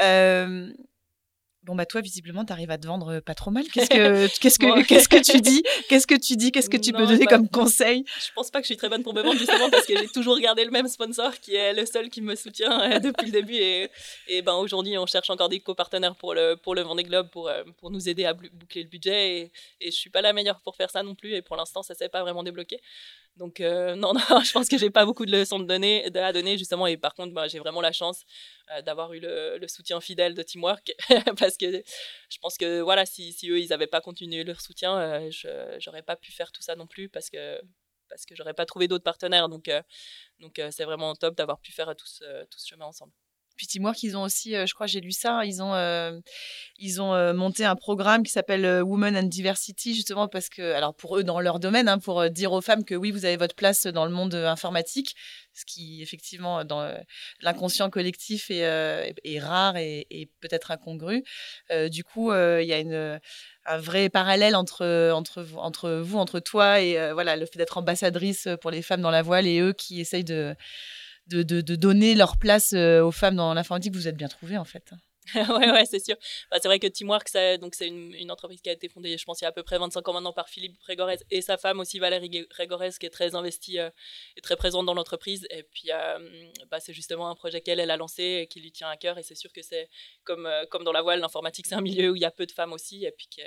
Euh, Bon, bah, toi, visiblement, tu arrives à te vendre pas trop mal. Qu'est-ce que, qu'est-ce que, bon. qu'est-ce que tu dis? Qu'est-ce que tu dis? Qu'est-ce que tu non, peux donner bah, comme conseil? Je pense pas que je suis très bonne pour me vendre, justement, parce que j'ai toujours gardé le même sponsor qui est le seul qui me soutient euh, depuis le début. Et, et ben, aujourd'hui, on cherche encore des copartenaires pour le, pour le Vendée Globe, pour, euh, pour nous aider à boucler le budget. Et, et je suis pas la meilleure pour faire ça non plus. Et pour l'instant, ça s'est pas vraiment débloqué. Donc, euh, non, non, je pense que j'ai pas beaucoup de leçons de donner, de, à donner, justement. Et par contre, bah, j'ai vraiment la chance euh, d'avoir eu le, le soutien fidèle de Teamwork. Parce que je pense que, voilà, si, si eux, ils avaient pas continué leur soutien, euh, je, j'aurais pas pu faire tout ça non plus parce que, parce que j'aurais pas trouvé d'autres partenaires. Donc, euh, donc euh, c'est vraiment top d'avoir pu faire tout ce, tout ce chemin ensemble. Puis Teamwork, ils ont aussi, euh, je crois, j'ai lu ça, ils ont, euh, ils ont euh, monté un programme qui s'appelle euh, Women and Diversity, justement parce que, alors pour eux, dans leur domaine, hein, pour euh, dire aux femmes que oui, vous avez votre place dans le monde euh, informatique, ce qui, effectivement, dans euh, l'inconscient collectif est, euh, est, est rare et, et peut-être incongru. Euh, du coup, il euh, y a une... un vrai parallèle entre, entre, entre vous, entre toi et euh, voilà, le fait d'être ambassadrice pour les femmes dans la voile et eux qui essayent de... De, de, de donner leur place euh, aux femmes dans l'informatique, vous êtes bien trouvés en fait. ouais, ouais, c'est sûr. Bah, c'est vrai que Teamwork, ça, donc c'est une, une entreprise qui a été fondée, je pense, il y a à peu près vingt-cinq ans maintenant par Philippe Régorez et sa femme aussi, Valérie Régorez, qui est très investie euh, et très présente dans l'entreprise. Et puis, euh, bah, c'est justement un projet qu'elle elle a lancé et qui lui tient à cœur. Et c'est sûr que c'est comme, euh, comme dans la voile, l'informatique, c'est un milieu où il y a peu de femmes aussi. Et puis que,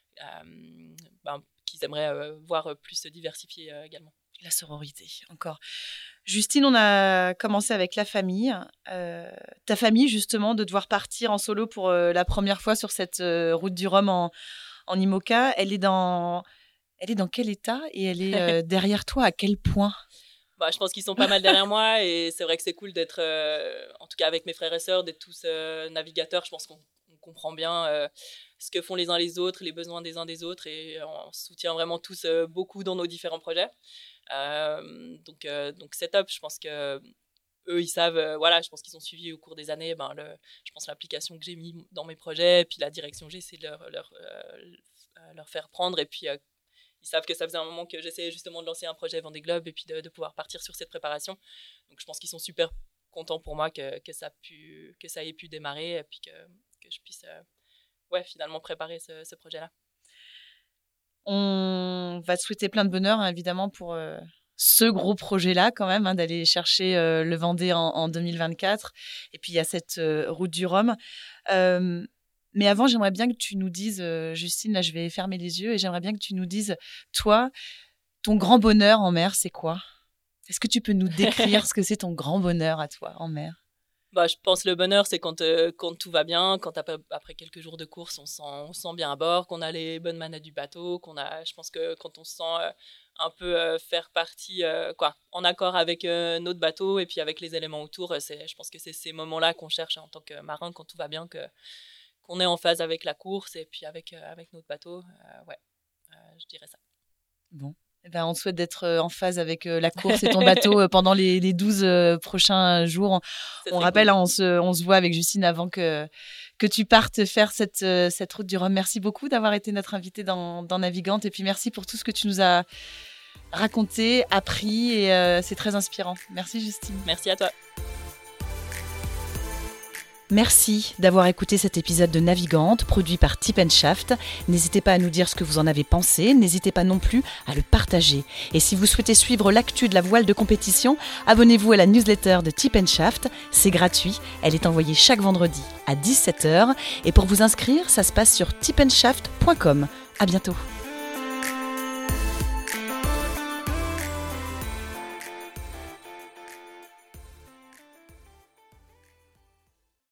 euh, bah, qu'ils aimeraient euh, voir plus se diversifier euh, également. La sororité, encore. Justine, on a commencé avec la famille. Euh, ta famille, justement, de devoir partir en solo pour euh, la première fois sur cette euh, route du Rhum en, en IMOCA, elle est dans, elle est dans quel état et elle est euh, derrière toi à quel point? Bah, je pense qu'ils sont pas mal derrière moi et c'est vrai que c'est cool d'être, euh, en tout cas avec mes frères et sœurs, d'être tous euh, navigateurs. Je pense qu'on on comprend bien euh, ce que font les uns les autres, les besoins des uns des autres et on se soutient vraiment tous euh, beaucoup dans nos différents projets. Euh, donc, euh, donc c'est top. Je pense que eux, ils savent. Euh, voilà, je pense qu'ils ont suivi au cours des années. Ben, le, je pense l'application que j'ai mis dans mes projets, puis la direction que j'ai essayé de leur, leur, euh, leur faire prendre. Et puis, euh, ils savent que ça faisait un moment que j'essayais justement de lancer un projet Vendée Globe et puis de, de pouvoir partir sur cette préparation. Donc, je pense qu'ils sont super contents pour moi que, que, ça, a pu, que ça ait pu démarrer et puis que, que je puisse euh, ouais, finalement préparer ce, ce projet-là. On va te souhaiter plein de bonheur, hein, évidemment, pour euh, ce gros projet-là, quand même, hein, d'aller chercher euh, le Vendée en, en deux mille vingt-quatre. Et puis, il y a cette euh, route du Rhum. Euh, mais avant, j'aimerais bien que tu nous dises, euh, Justine, là, je vais fermer les yeux, et j'aimerais bien que tu nous dises, toi, ton grand bonheur en mer, c'est quoi? Est-ce que tu peux nous décrire ce que c'est ton grand bonheur à toi, en mer? Bah, je pense que le bonheur, c'est quand, euh, quand tout va bien, quand après, après quelques jours de course, on se sent, on se sent bien à bord, qu'on a les bonnes manettes du bateau, qu'on a, je pense que quand on se sent euh, un peu euh, faire partie, euh, quoi, en accord avec euh, notre bateau et puis avec les éléments autour, c'est, je pense que c'est ces moments-là qu'on cherche en tant que marin, quand tout va bien, que, qu'on est en phase avec la course et puis avec, euh, avec notre bateau. Euh, ouais, euh, je dirais ça. Bon. Eh ben, on te souhaite d'être en phase avec la course et ton bateau pendant les, les douze prochains jours. On, on rappelle, cool. hein, on, se, on se voit avec Justine avant que, que tu partes faire cette, cette route du Rhum. Merci beaucoup d'avoir été notre invitée dans, dans Navigante. Et puis merci pour tout ce que tu nous as raconté, appris. Et euh, c'est très inspirant. Merci Justine. Merci à toi. Merci d'avoir écouté cet épisode de Navigante, produit par Tip and Shaft. N'hésitez pas à nous dire ce que vous en avez pensé, n'hésitez pas non plus à le partager. Et si vous souhaitez suivre l'actu de la voile de compétition, abonnez-vous à la newsletter de Tip and Shaft, c'est gratuit, elle est envoyée chaque vendredi à dix-sept heures. Et pour vous inscrire, ça se passe sur tip and shaft point com. À bientôt.